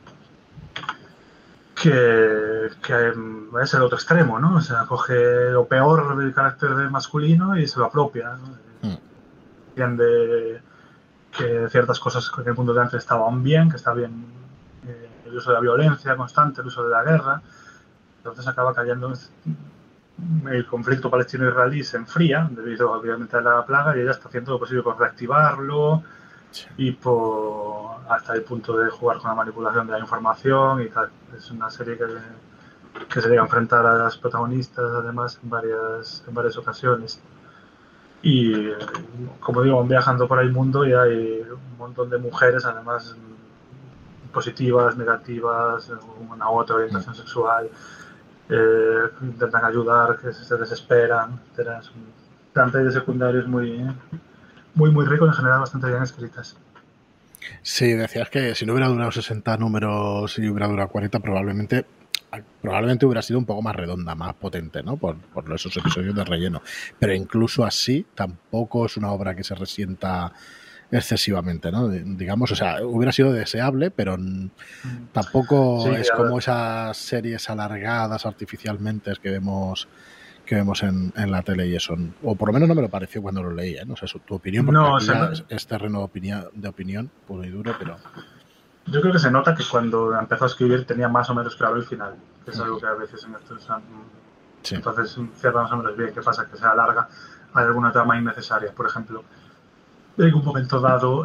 que es el otro extremo, ¿no? O sea, coge lo peor del carácter masculino y se lo apropia, ¿no? Entiende que ciertas cosas en el mundo de antes estaban bien, que está bien el uso de la violencia constante, el uso de la guerra. Entonces acaba cayendo. El conflicto palestino-israelí se enfría debido obviamente a la plaga, y ella está haciendo lo posible por reactivarlo y hasta el punto de jugar con la manipulación de la información y tal. Es una serie que se llega a enfrentar a las protagonistas además en varias ocasiones. Y como digo, viajando por el mundo, y hay un montón de mujeres además positivas, negativas, una u otra orientación sexual, intentan ayudar, que se desesperan, etc. Es un plantel de secundarios muy rico, en general bastante bien escritas. Sí, decías que si no hubiera durado 60 números y hubiera durado 40, probablemente hubiera sido un poco más redonda, más potente, ¿no? Por esos episodios de relleno. Pero incluso así, tampoco es una obra que se resienta excesivamente, ¿no? Digamos, o sea, hubiera sido deseable, pero tampoco es como esas series alargadas artificialmente que vemos en la tele, y eso, o por lo menos no me lo pareció cuando lo leí, ¿eh? No sé, tu opinión, porque no, es terreno de opinión puro y duro, pero... Yo creo que se nota que cuando empezó a escribir tenía más o menos claro el final, que es algo que a veces en estos... Sí. Entonces cierra más o menos bien. ¿Qué pasa? Que se alarga, hay alguna trama innecesaria. Por ejemplo, en un momento dado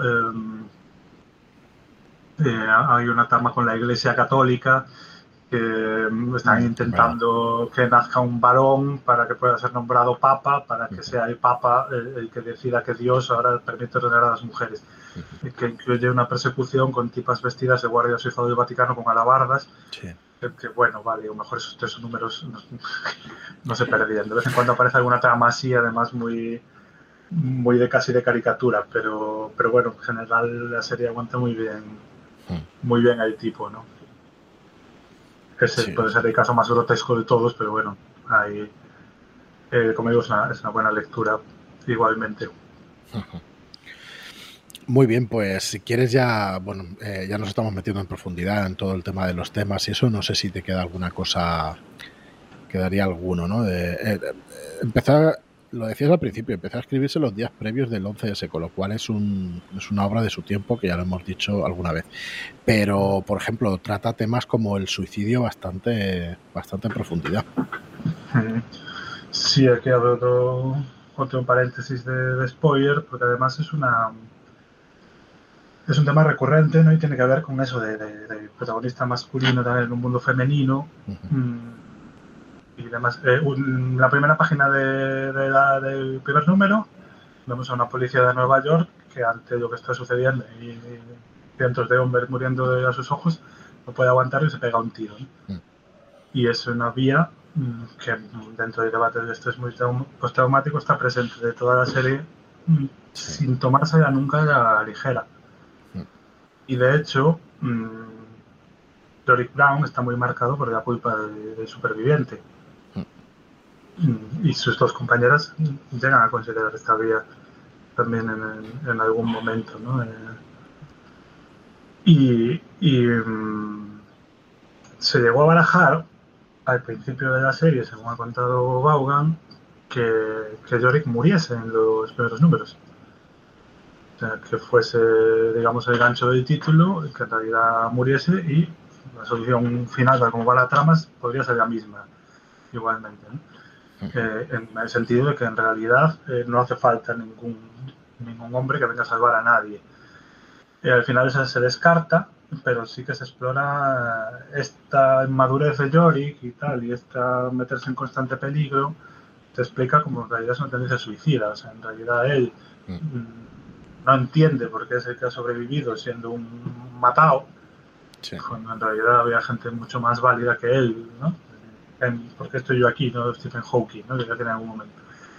hay una trama con la Iglesia Católica, que están intentando que nazca un varón para que pueda ser nombrado papa, para que sea el papa el que decida que Dios ahora permite ordenar a las mujeres, que incluye una persecución con tipas vestidas de guardia suizo del Vaticano con alabardas. Sí. Que bueno, vale, a lo mejor esos 3 números no se perdían. De vez en cuando aparece alguna trama así, además muy de casi de caricatura, pero bueno, en general la serie aguanta muy bien al tipo, ¿no? Ese puede ser el caso más grotesco de todos, pero bueno, hay, como digo, es una buena lectura igualmente. Muy bien, pues si quieres ya, bueno, ya nos estamos metiendo en profundidad en todo el tema de los temas y eso. No sé si te queda alguna cosa, quedaría alguno, ¿no? Empezar, lo decías al principio, empezó a escribirse los días previos del 11S, con lo cual es una obra de su tiempo, que ya lo hemos dicho alguna vez. Pero, por ejemplo, trata temas como el suicidio bastante en profundidad. Sí, aquí abro otro paréntesis de spoiler, porque además es un tema recurrente, ¿no? Y tiene que ver con eso de protagonista masculino también en un mundo femenino. Y demás. La primera página del primer número vemos a una policía de Nueva York que, ante lo que está sucediendo y cientos de hombres muriendo a sus ojos, no puede aguantarlo y se pega un tiro, ¿no? Y es una vía que dentro del debate de estrés postraumático está presente de toda la serie, sin tomarse nunca la ligera. Y de hecho Yorick Brown está muy marcado por la culpa del superviviente. Y sus 2 compañeras llegan a considerar esta vía también en algún momento, ¿no? Se llegó a barajar al principio de la serie, según ha contado Vaughan, que Yorick muriese en los primeros números. O sea, que fuese, digamos, el gancho del título, que en realidad muriese, y la solución final, tal como va la trama, podría ser la misma, igualmente, ¿no? En el sentido de que en realidad no hace falta ningún hombre que venga a salvar a nadie. Al final esa se descarta, pero sí que se explora esta inmadurez de Yorick y tal, y esta meterse en constante peligro. Te explica como en realidad es una tendencia suicida. O sea, en realidad él no entiende por qué es el que ha sobrevivido siendo un matado, Sí. Cuando en realidad había gente mucho más válida que él, ¿no? ¿Por qué estoy yo aquí, no Stephen Hawking, ¿no? Que ya tiene en algún momento.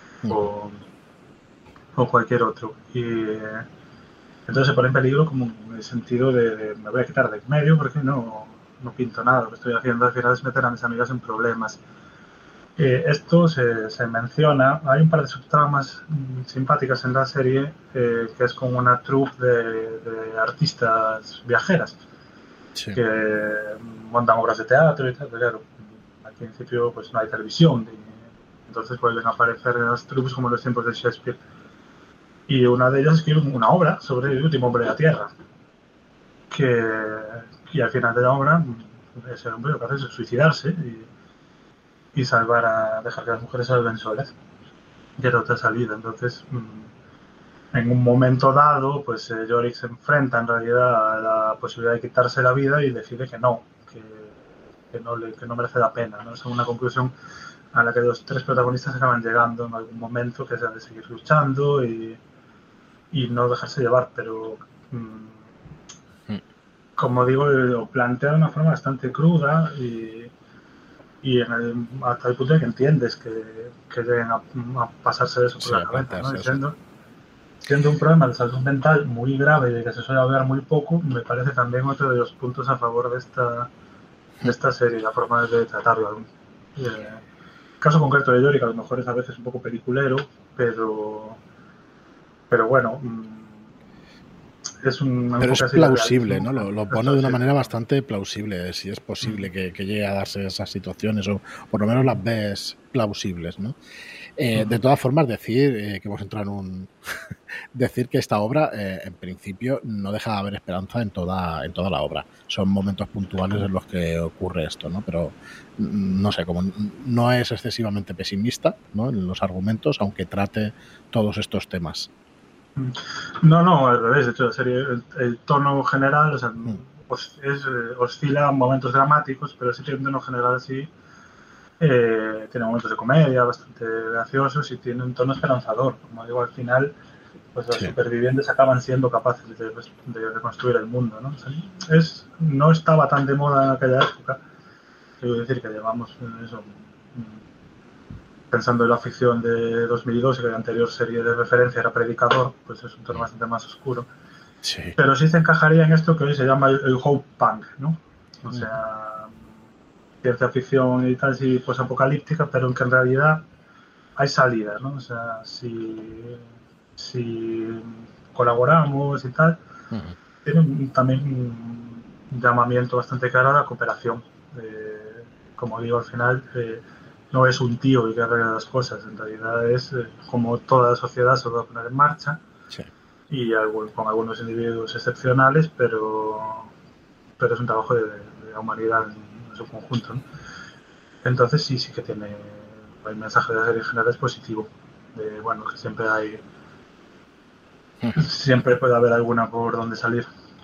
O cualquier otro. Y entonces se pone en peligro como en el sentido de me voy a quitar de en medio porque no pinto nada. Lo que estoy haciendo al final es meter a mis amigas en problemas. Esto se menciona. Hay un par de subtramas simpáticas en la serie que es como una troupe de artistas viajeras que montan obras de teatro y tal. Pero claro, al principio pues no hay televisión. Entonces vuelven a aparecer en las troupes como en los tiempos de Shakespeare. Y una de ellas escribe una obra sobre el último hombre de la Tierra. Y al final de la obra, ese hombre lo que hace es suicidarse y dejar que las mujeres salven solas. Y era otra salida. Entonces, en un momento dado, pues Yorick se enfrenta en realidad a la posibilidad de quitarse la vida y decide que no merece la pena, ¿no? Es una conclusión a la que los tres protagonistas acaban llegando en algún momento, que se han de seguir luchando y no dejarse llevar, pero como digo, lo plantea de una forma bastante cruda y hasta el punto de que entiendes que lleguen a pasarse de eso por la cabeza, ¿no? Siendo un problema de salud mental muy grave y de que se suele hablar muy poco, me parece también otro de los puntos a favor de esta serie, la forma de tratarlo. El caso concreto de Yorick a lo mejor es a veces un poco peliculero, pero bueno, pero es plausible, ¿no? Lo pone de una manera bastante plausible, si es posible que llegue a darse esas situaciones, o por lo menos las ves plausibles, ¿no? De todas formas, decir que hemos entrado en un... decir que esta obra, en principio, no deja de haber esperanza en toda la obra. Son momentos puntuales en los que ocurre esto, ¿no? Pero, no sé, como no es excesivamente pesimista, ¿no? En los argumentos, aunque trate todos estos temas. No, al revés. De hecho, la serie, el tono general, o sea, oscila en momentos dramáticos, pero sí que en tono general sí tiene momentos de comedia bastante graciosos y tiene un tono esperanzador. Como digo, al final, pues los supervivientes acaban siendo capaces de reconstruir el mundo, ¿no? O sea, no estaba tan de moda en aquella época. Quiero decir que llevamos eso, pensando en la ficción de 2002 y que la anterior serie de referencia era Predicador, pues es un tono bastante más oscuro. Sí. Pero sí se encajaría en esto que hoy se llama el hope punk, ¿no? O sea, ciencia ficción y tal, sí, pues apocalíptica, pero en que en realidad hay salida, ¿no? O sea, si colaboramos y tal, tiene también un llamamiento bastante claro a la cooperación. Como digo, al final no es un tío el que arregla las cosas, en realidad es como toda la sociedad se va a poner en marcha y con algunos individuos excepcionales, pero es un trabajo de la humanidad en su conjunto, ¿no? Entonces sí que tiene el mensaje de la serie en general es positivo, bueno, que siempre puede haber alguna por donde salir.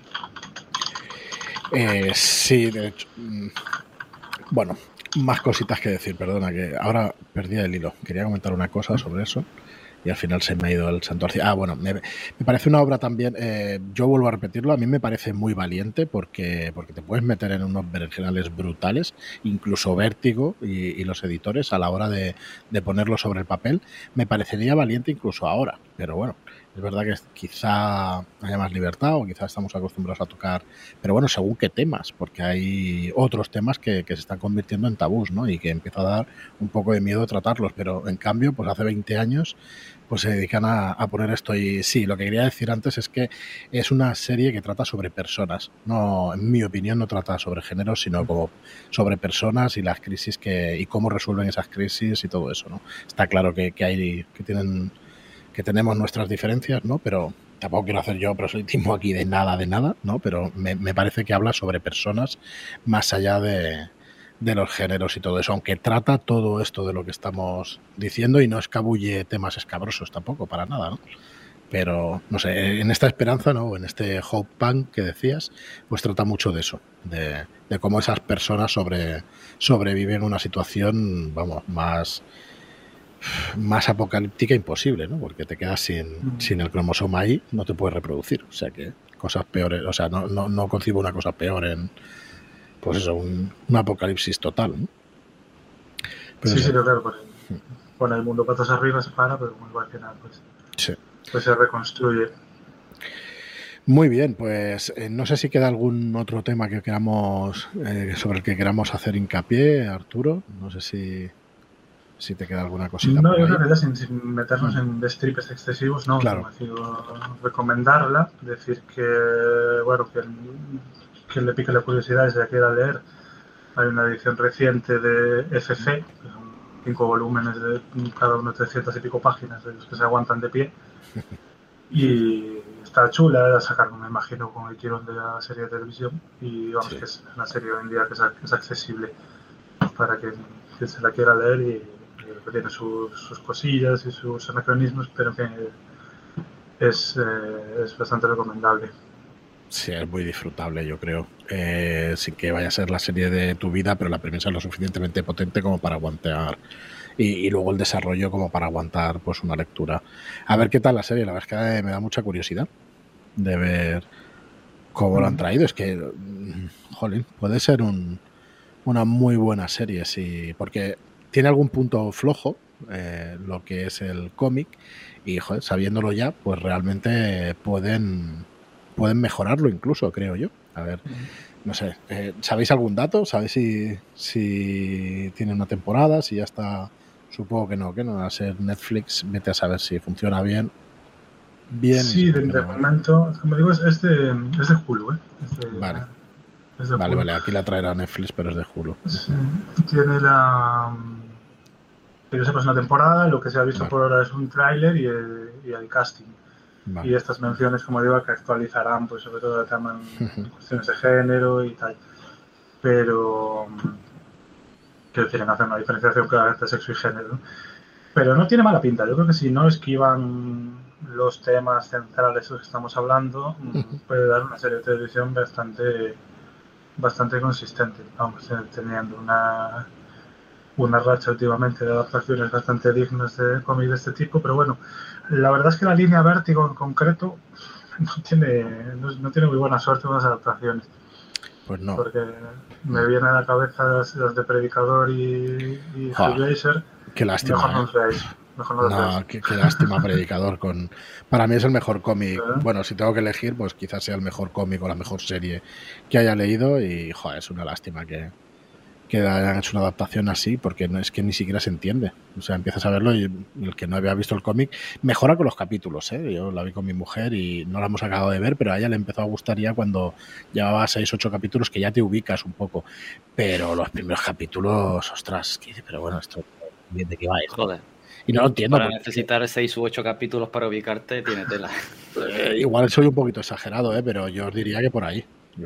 Sí, de hecho, bueno, más cositas que decir, perdona, que ahora perdí el hilo. Quería comentar una cosa sobre eso y al final se me ha ido el santo al cielo. Bueno, me parece una obra también, yo vuelvo a repetirlo, a mí me parece muy valiente porque te puedes meter en unos berenjenales brutales, incluso Vértigo y los editores a la hora de ponerlo sobre el papel, me parecería valiente incluso ahora, pero bueno, es verdad que quizá haya más libertad o quizá estamos acostumbrados a tocar, pero bueno, según qué temas, porque hay otros temas que se están convirtiendo en tabús, ¿no? Y que empieza a dar un poco de miedo tratarlos, pero en cambio, pues hace 20 años pues se dedican a poner esto. Y sí, lo que quería decir antes es que es una serie que trata sobre personas, no, en mi opinión no trata sobre géneros, sino como sobre personas y las crisis y cómo resuelven esas crisis y todo eso, ¿no? Está claro que tenemos nuestras diferencias, ¿no? Pero tampoco quiero hacer yo proselitismo aquí de nada, ¿no? Pero me parece que habla sobre personas más allá de los géneros y todo eso, aunque trata todo esto de lo que estamos diciendo y no escabulle temas escabrosos tampoco, para nada, ¿no? Pero, no sé, en esta esperanza, ¿no? En este hope punk que decías, pues trata mucho de eso, de cómo esas personas sobreviven una situación, vamos, más apocalíptica imposible, ¿no? Porque te quedas sin el cromosoma ahí, no te puedes reproducir. O sea que cosas peores, o sea, no concibo una cosa peor en, pues eso, un apocalipsis total, ¿no? Pero sí, claro, pues pone el mundo patas arriba, se para, pero como al final, pues se reconstruye. Muy bien, pues no sé si queda algún otro tema que queramos sobre el que queramos hacer hincapié, Arturo. No sé si te queda alguna cosita. No, yo creo que ya sin meternos en destripes excesivos, no, claro. Recomendarla, decir que, bueno, que le pique la curiosidad y se la quiera leer. Hay una edición reciente de FF, que son 5 volúmenes de cada uno de 300 y pico páginas, de los que se aguantan de pie. Y está chula, la sacaron, me imagino, con el tirón de la serie de televisión. Y vamos, que es una serie hoy en día que es accesible para que se la quiera leer y que tiene sus cosillas y sus anacronismos, pero que es bastante recomendable. Sí, es muy disfrutable, yo creo. Sí que vaya a ser la serie de tu vida, pero la premisa es lo suficientemente potente como para aguantar y luego el desarrollo como para aguantar pues una lectura. A ver qué tal la serie, la verdad es que me da mucha curiosidad de ver cómo lo han traído. Es que, jolín, puede ser una muy buena serie, sí, porque tiene algún punto flojo, lo que es el cómic, y joder, sabiéndolo ya, pues realmente pueden mejorarlo incluso, creo yo. A ver, no sé, ¿sabéis algún dato? ¿Sabéis si tiene una temporada? Si ya está, supongo que no va a ser Netflix, vete a saber si funciona bien. Sí, de momento, como digo, es de Hulu, Vale. Vale, aquí la traerá Netflix, pero es de Hulu. Sí, tiene que yo sepa, es una temporada, lo que se ha visto por ahora es un tráiler y el casting. Vale. Y estas menciones, como digo, que actualizarán, pues sobre todo el tema en cuestiones de género y tal. Pero quiero decir, en hacer una diferenciación claramente de sexo y género. Pero no tiene mala pinta. Yo creo que si no esquivan los temas centrales de los que estamos hablando, puede dar una serie de televisión bastante consistente. Vamos, teniendo una racha últimamente de adaptaciones bastante dignas de cómics de este tipo, pero bueno, la verdad es que la línea Vértigo en concreto no tiene muy buena suerte con las adaptaciones. Pues no. Porque me vienen a la cabeza las de Predicador y Hellblazer. Qué lástima. Mejor no los veáis. No, qué lástima Predicador. Para mí es el mejor cómic. Bueno, si tengo que elegir, pues quizás sea el mejor cómic o la mejor serie que haya leído y joder, es una lástima que hayan hecho una adaptación así, porque no es que ni siquiera se entiende. O sea, empiezas a verlo y el que no había visto el cómic mejora con los capítulos, ¿eh? Yo la vi con mi mujer y no la hemos acabado de ver, pero a ella le empezó a gustar ya cuando llevaba 6-8 capítulos, que ya te ubicas un poco. Pero los primeros capítulos, ostras, pero bueno, esto ¿de qué va esto? Joder. Y no lo entiendo. Para necesitar 6 u 8 capítulos para ubicarte, tiene tela. Igual soy un poquito exagerado, pero yo os diría que por ahí.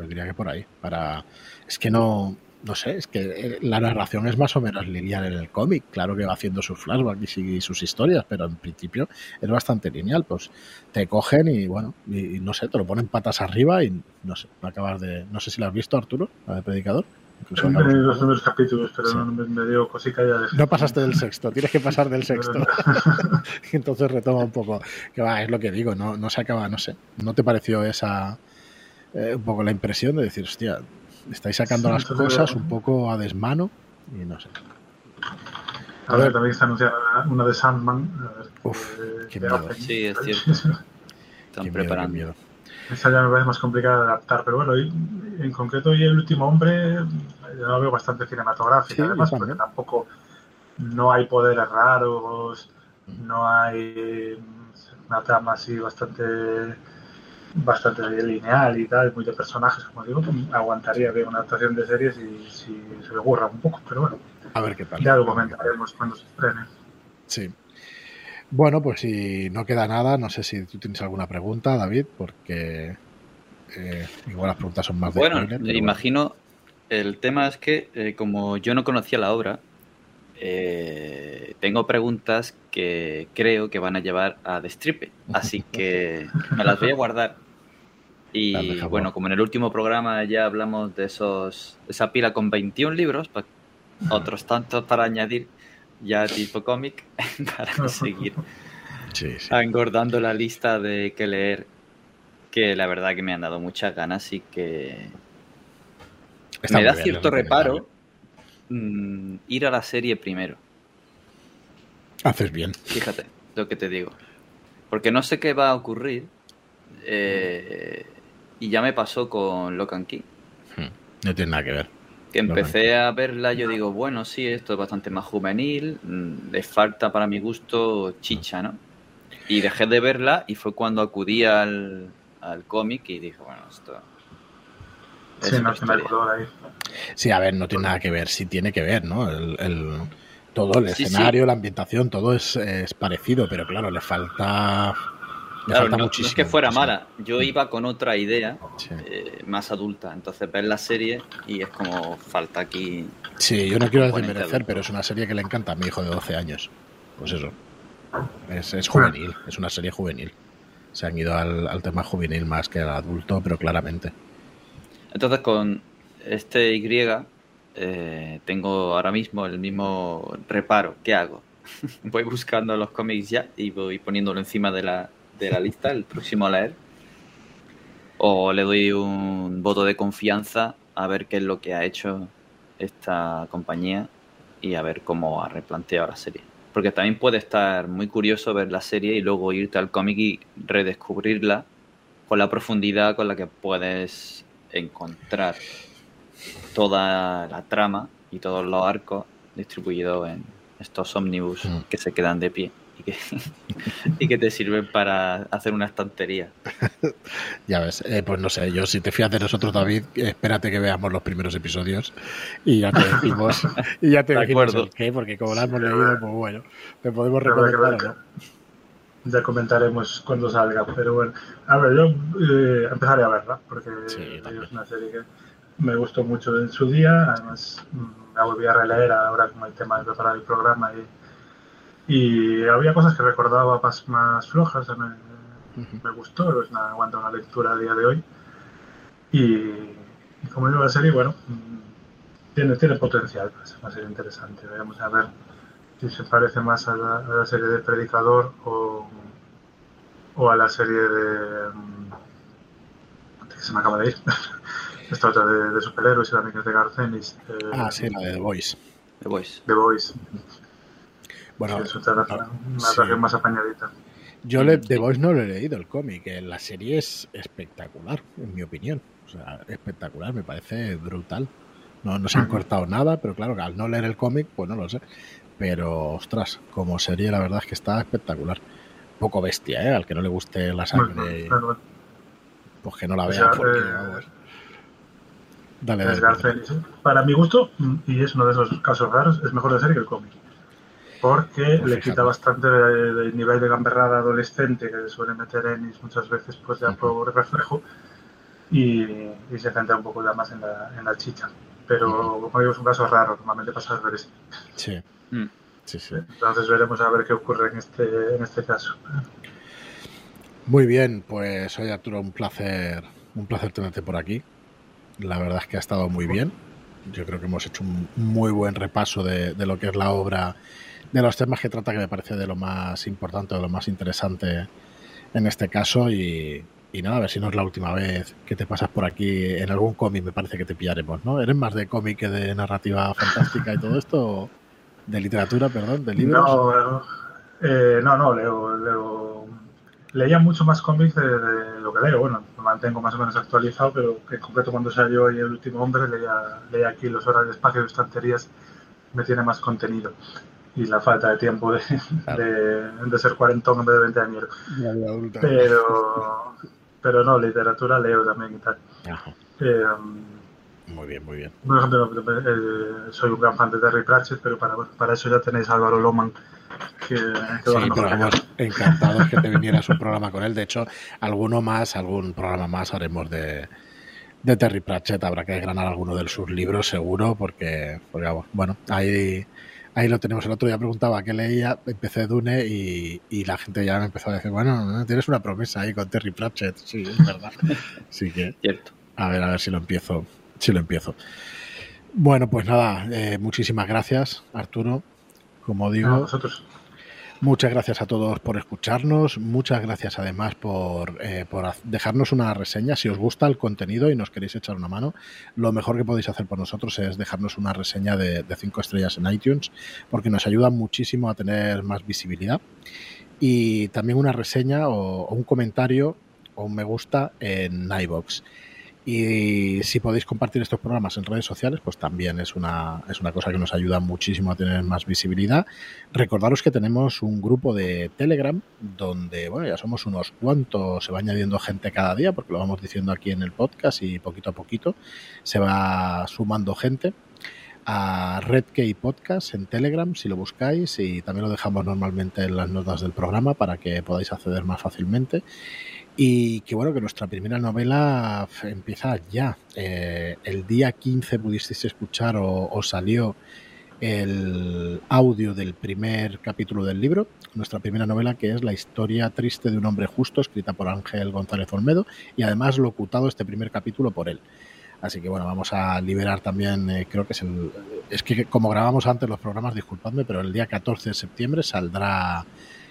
Es que no sé, es que la narración es más o menos lineal en el cómic. Claro que va haciendo sus flashbacks y sus historias, pero en principio es bastante lineal. Pues te cogen y bueno, y no sé, te lo ponen patas arriba y no sé, no sé si lo has visto, Arturo, la de Predicador. He leído los primeros capítulos, pero sí. me dio cosica ya de... No pasaste del sexto, tienes que pasar del sexto. Entonces retoma un poco. Que va, es lo que digo, no se acaba, no sé. ¿No te pareció esa un poco la impresión de decir, hostia, estáis sacando las cosas un poco a desmano? Y no sé. A ver, también está anunciada una de Sandman. Qué miedo. Sí, es cierto. Están preparando. Qué miedo. Esa ya me parece más complicada de adaptar, pero bueno, en concreto y El último hombre yo la veo bastante cinematográfica, sí, además, porque tampoco no hay poderes raros, no hay una trama así bastante lineal y tal, muy de personajes, como digo, aguantaría ver una adaptación de series y si se le ocurra un poco, pero bueno, a ver qué tal. Ya lo comentaremos cuando se estrene. Sí. Bueno, pues si no queda nada, no sé si tú tienes alguna pregunta, David, porque igual las preguntas son más de spoiler. Bueno, imagino, el tema es que como yo no conocía la obra, tengo preguntas que creo que van a llevar a Destripe, así que me las voy a guardar. Y bueno, como en el último programa ya hablamos de esa pila con 21 libros, pues, otros tantos para añadir, ya tipo cómic, para seguir engordando la lista de que leer, que la verdad que me han dado muchas ganas y que Está me muy da bien, cierto es recomendable. reparo ir a la serie primero. Haces bien. Fíjate lo que te digo. Porque no sé qué va a ocurrir. Y ya me pasó con Lock and Key. No tiene nada que ver. Que empecé a verla, yo digo, bueno, sí, esto es bastante más juvenil. Le falta para mi gusto chicha, ¿no? Y dejé de verla y fue cuando acudí al cómic y dije, bueno, esto es Sí, otra no tiene historia. color ahí. Sí, a ver, no tiene nada que ver. Sí tiene que ver, ¿no? Todo el Sí, escenario, sí. la ambientación, todo es parecido, pero claro, le falta... Claro, no es muchísimo. que fuera muchísimo. mala, yo iba con otra idea Sí. más adulta, entonces ves la serie y es como falta aquí. Sí, yo no quiero componente desmerecer, adulto. pero es una serie que le encanta a mi hijo de 12 años. Pues eso. Es juvenil, es una serie juvenil. Se han ido al tema juvenil más que al adulto, pero claramente. Entonces con este Y tengo ahora mismo el mismo reparo. ¿Qué hago? Voy buscando los cómics ya y voy poniéndolo encima de la lista, el próximo a leer. O le doy un voto de confianza a ver qué es lo que ha hecho esta compañía y a ver cómo ha replanteado la serie. Porque también puede estar muy curioso ver la serie y luego irte al cómic y redescubrirla con la profundidad con la que puedes encontrar toda la trama y todos los arcos distribuidos en estos ómnibus que se quedan de pie y que te sirven para hacer una estantería. Ya ves, pues no sé, yo si te fías de nosotros, David, espérate que veamos los primeros episodios y ya te decimos, el qué, porque como lo hemos leído, pues bueno, te podemos recomendar o no. Ya comentaremos cuando salga, pero bueno, a ver, yo empezaré a verla, porque es una serie que me gustó mucho en su día, además la volví a releer ahora con el tema de preparar el programa y había cosas que recordaba más flojas, me gustó, es una lectura a día de hoy y como digo, la serie, bueno, tiene potencial, es una serie interesante, vamos a ver si se parece más a la serie de Predicador o a la serie de... que se me acaba de ir. Esta otra de superhéroes y también que es de Garth Ennis. Sí, la de The Voice. The Voice. The Voice. Bueno, sí, es una adaptación más apañadita. Yo The Voice no lo he leído, el cómic. La serie es espectacular, en mi opinión. O sea, espectacular, me parece brutal. No se han cortado nada, pero claro, al no leer el cómic, pues no lo sé. Pero, ostras, como serie la verdad es que está espectacular. Poco bestia, al que no le guste la sangre, bueno. Pues que no la vea, porque vamos. Dale. Para mi gusto, y es uno de esos casos raros, es mejor la serie que el cómic. Porque le quita bastante del nivel de gamberrada adolescente que suele meter Ennis muchas veces, pues ya por reflejo, y se centra un poco ya más en la chicha. Pero, como digo, es un caso raro, normalmente pasa al revés. Sí. Sí. Entonces veremos a ver qué ocurre en este caso. Muy bien, pues oye Arturo, un placer tenerte por aquí. La verdad es que ha estado muy bien. Yo creo que hemos hecho un muy buen repaso de lo que es la obra, de los temas que trata, que me parece de lo más importante, de lo más interesante en este caso. Y nada, a ver si no es la última vez que te pasas por aquí en algún cómic. Me parece que te pillaremos, ¿no? ¿Eres más de cómic que de narrativa fantástica y todo esto? ¿De literatura, perdón? ¿De libros? No, leo. Leía mucho más cómics de lo que leo. Bueno, me mantengo más o menos actualizado, pero en concreto cuando salió El último hombre, leía aquí Los horas de espacio de estanterías, me tiene más contenido. Y la falta de tiempo de ser cuarentón en vez de 20 años. Pero no, literatura leo también y tal. Muy bien. Por ejemplo, soy un gran fan de Terry Pratchett, pero para eso ya tenéis a Álvaro Loman. Sí, pero vamos, encantados que te vinieras un programa con él. De hecho, algún programa más haremos de Terry Pratchett. Habrá que desgranar alguno de sus libros, seguro, porque bueno, ahí lo tenemos. El otro día preguntaba qué leía, empecé Dune y la gente ya me empezó a decir, bueno, tienes una promesa ahí con Terry Pratchett. Sí, es verdad. Así que, cierto. A ver si lo empiezo. Bueno, pues nada, muchísimas gracias, Arturo. Como digo, Muchas gracias a todos por escucharnos, muchas gracias además por dejarnos una reseña. Si os gusta el contenido y nos queréis echar una mano, lo mejor que podéis hacer por nosotros es dejarnos una reseña de 5 estrellas en iTunes, porque nos ayuda muchísimo a tener más visibilidad. Y también una reseña o un comentario o un me gusta en iVoox. Y si podéis compartir estos programas en redes sociales, pues también es una cosa que nos ayuda muchísimo a tener más visibilidad. Recordaros que tenemos un grupo de Telegram donde, bueno, ya somos unos cuantos, se va añadiendo gente cada día porque lo vamos diciendo aquí en el podcast y poquito a poquito se va sumando gente a Red Key Podcast en Telegram, si lo buscáis, y también lo dejamos normalmente en las notas del programa para que podáis acceder más fácilmente. Y que bueno, que nuestra primera novela empieza ya. El día 15 pudisteis escuchar o salió el audio del primer capítulo del libro, nuestra primera novela, que es La historia triste de un hombre justo, escrita por Ángel González Olmedo, y además locutado este primer capítulo por él. Así que bueno, vamos a liberar también, creo que es que como grabamos antes los programas, disculpadme, pero el día 14 de septiembre saldrá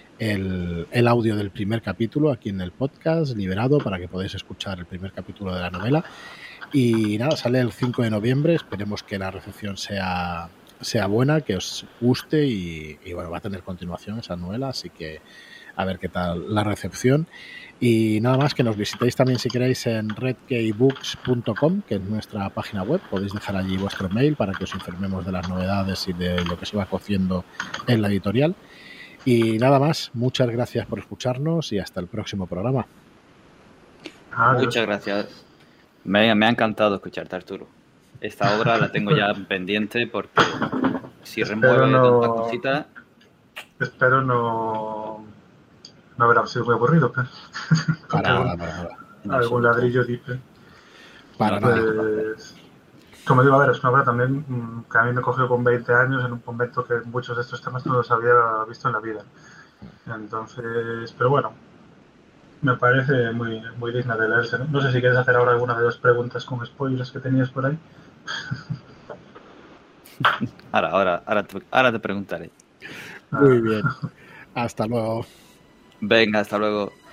el audio del primer capítulo aquí en el podcast, liberado para que podáis escuchar el primer capítulo de la novela. Y nada, sale el 5 de noviembre, esperemos que la recepción sea buena, que os guste y bueno, va a tener continuación esa novela, así que a ver qué tal la recepción. Y nada más, que nos visitéis también si queréis en redkeybooks.com, que es nuestra página web. Podéis dejar allí vuestro mail para que os informemos de las novedades y de lo que se va cociendo en la editorial. Y nada más, muchas gracias por escucharnos y hasta el próximo programa. Muchas gracias. Me ha encantado escucharte, Arturo. Esta obra la tengo ya pendiente porque si remueve tantas cositas... Espero no haber sido muy aburrido, pero... Para nada. Algún ladrillo dice. Para nada. Como digo, a ver, es una obra también que a mí me cogió con 20 años en un convento que muchos de estos temas no los había visto en la vida. Entonces, pero bueno, me parece muy, muy digna de leerse. No sé si quieres hacer ahora alguna de las preguntas con spoilers que tenías por ahí. Ahora te preguntaré. Muy bien. Hasta luego. Venga, hasta luego.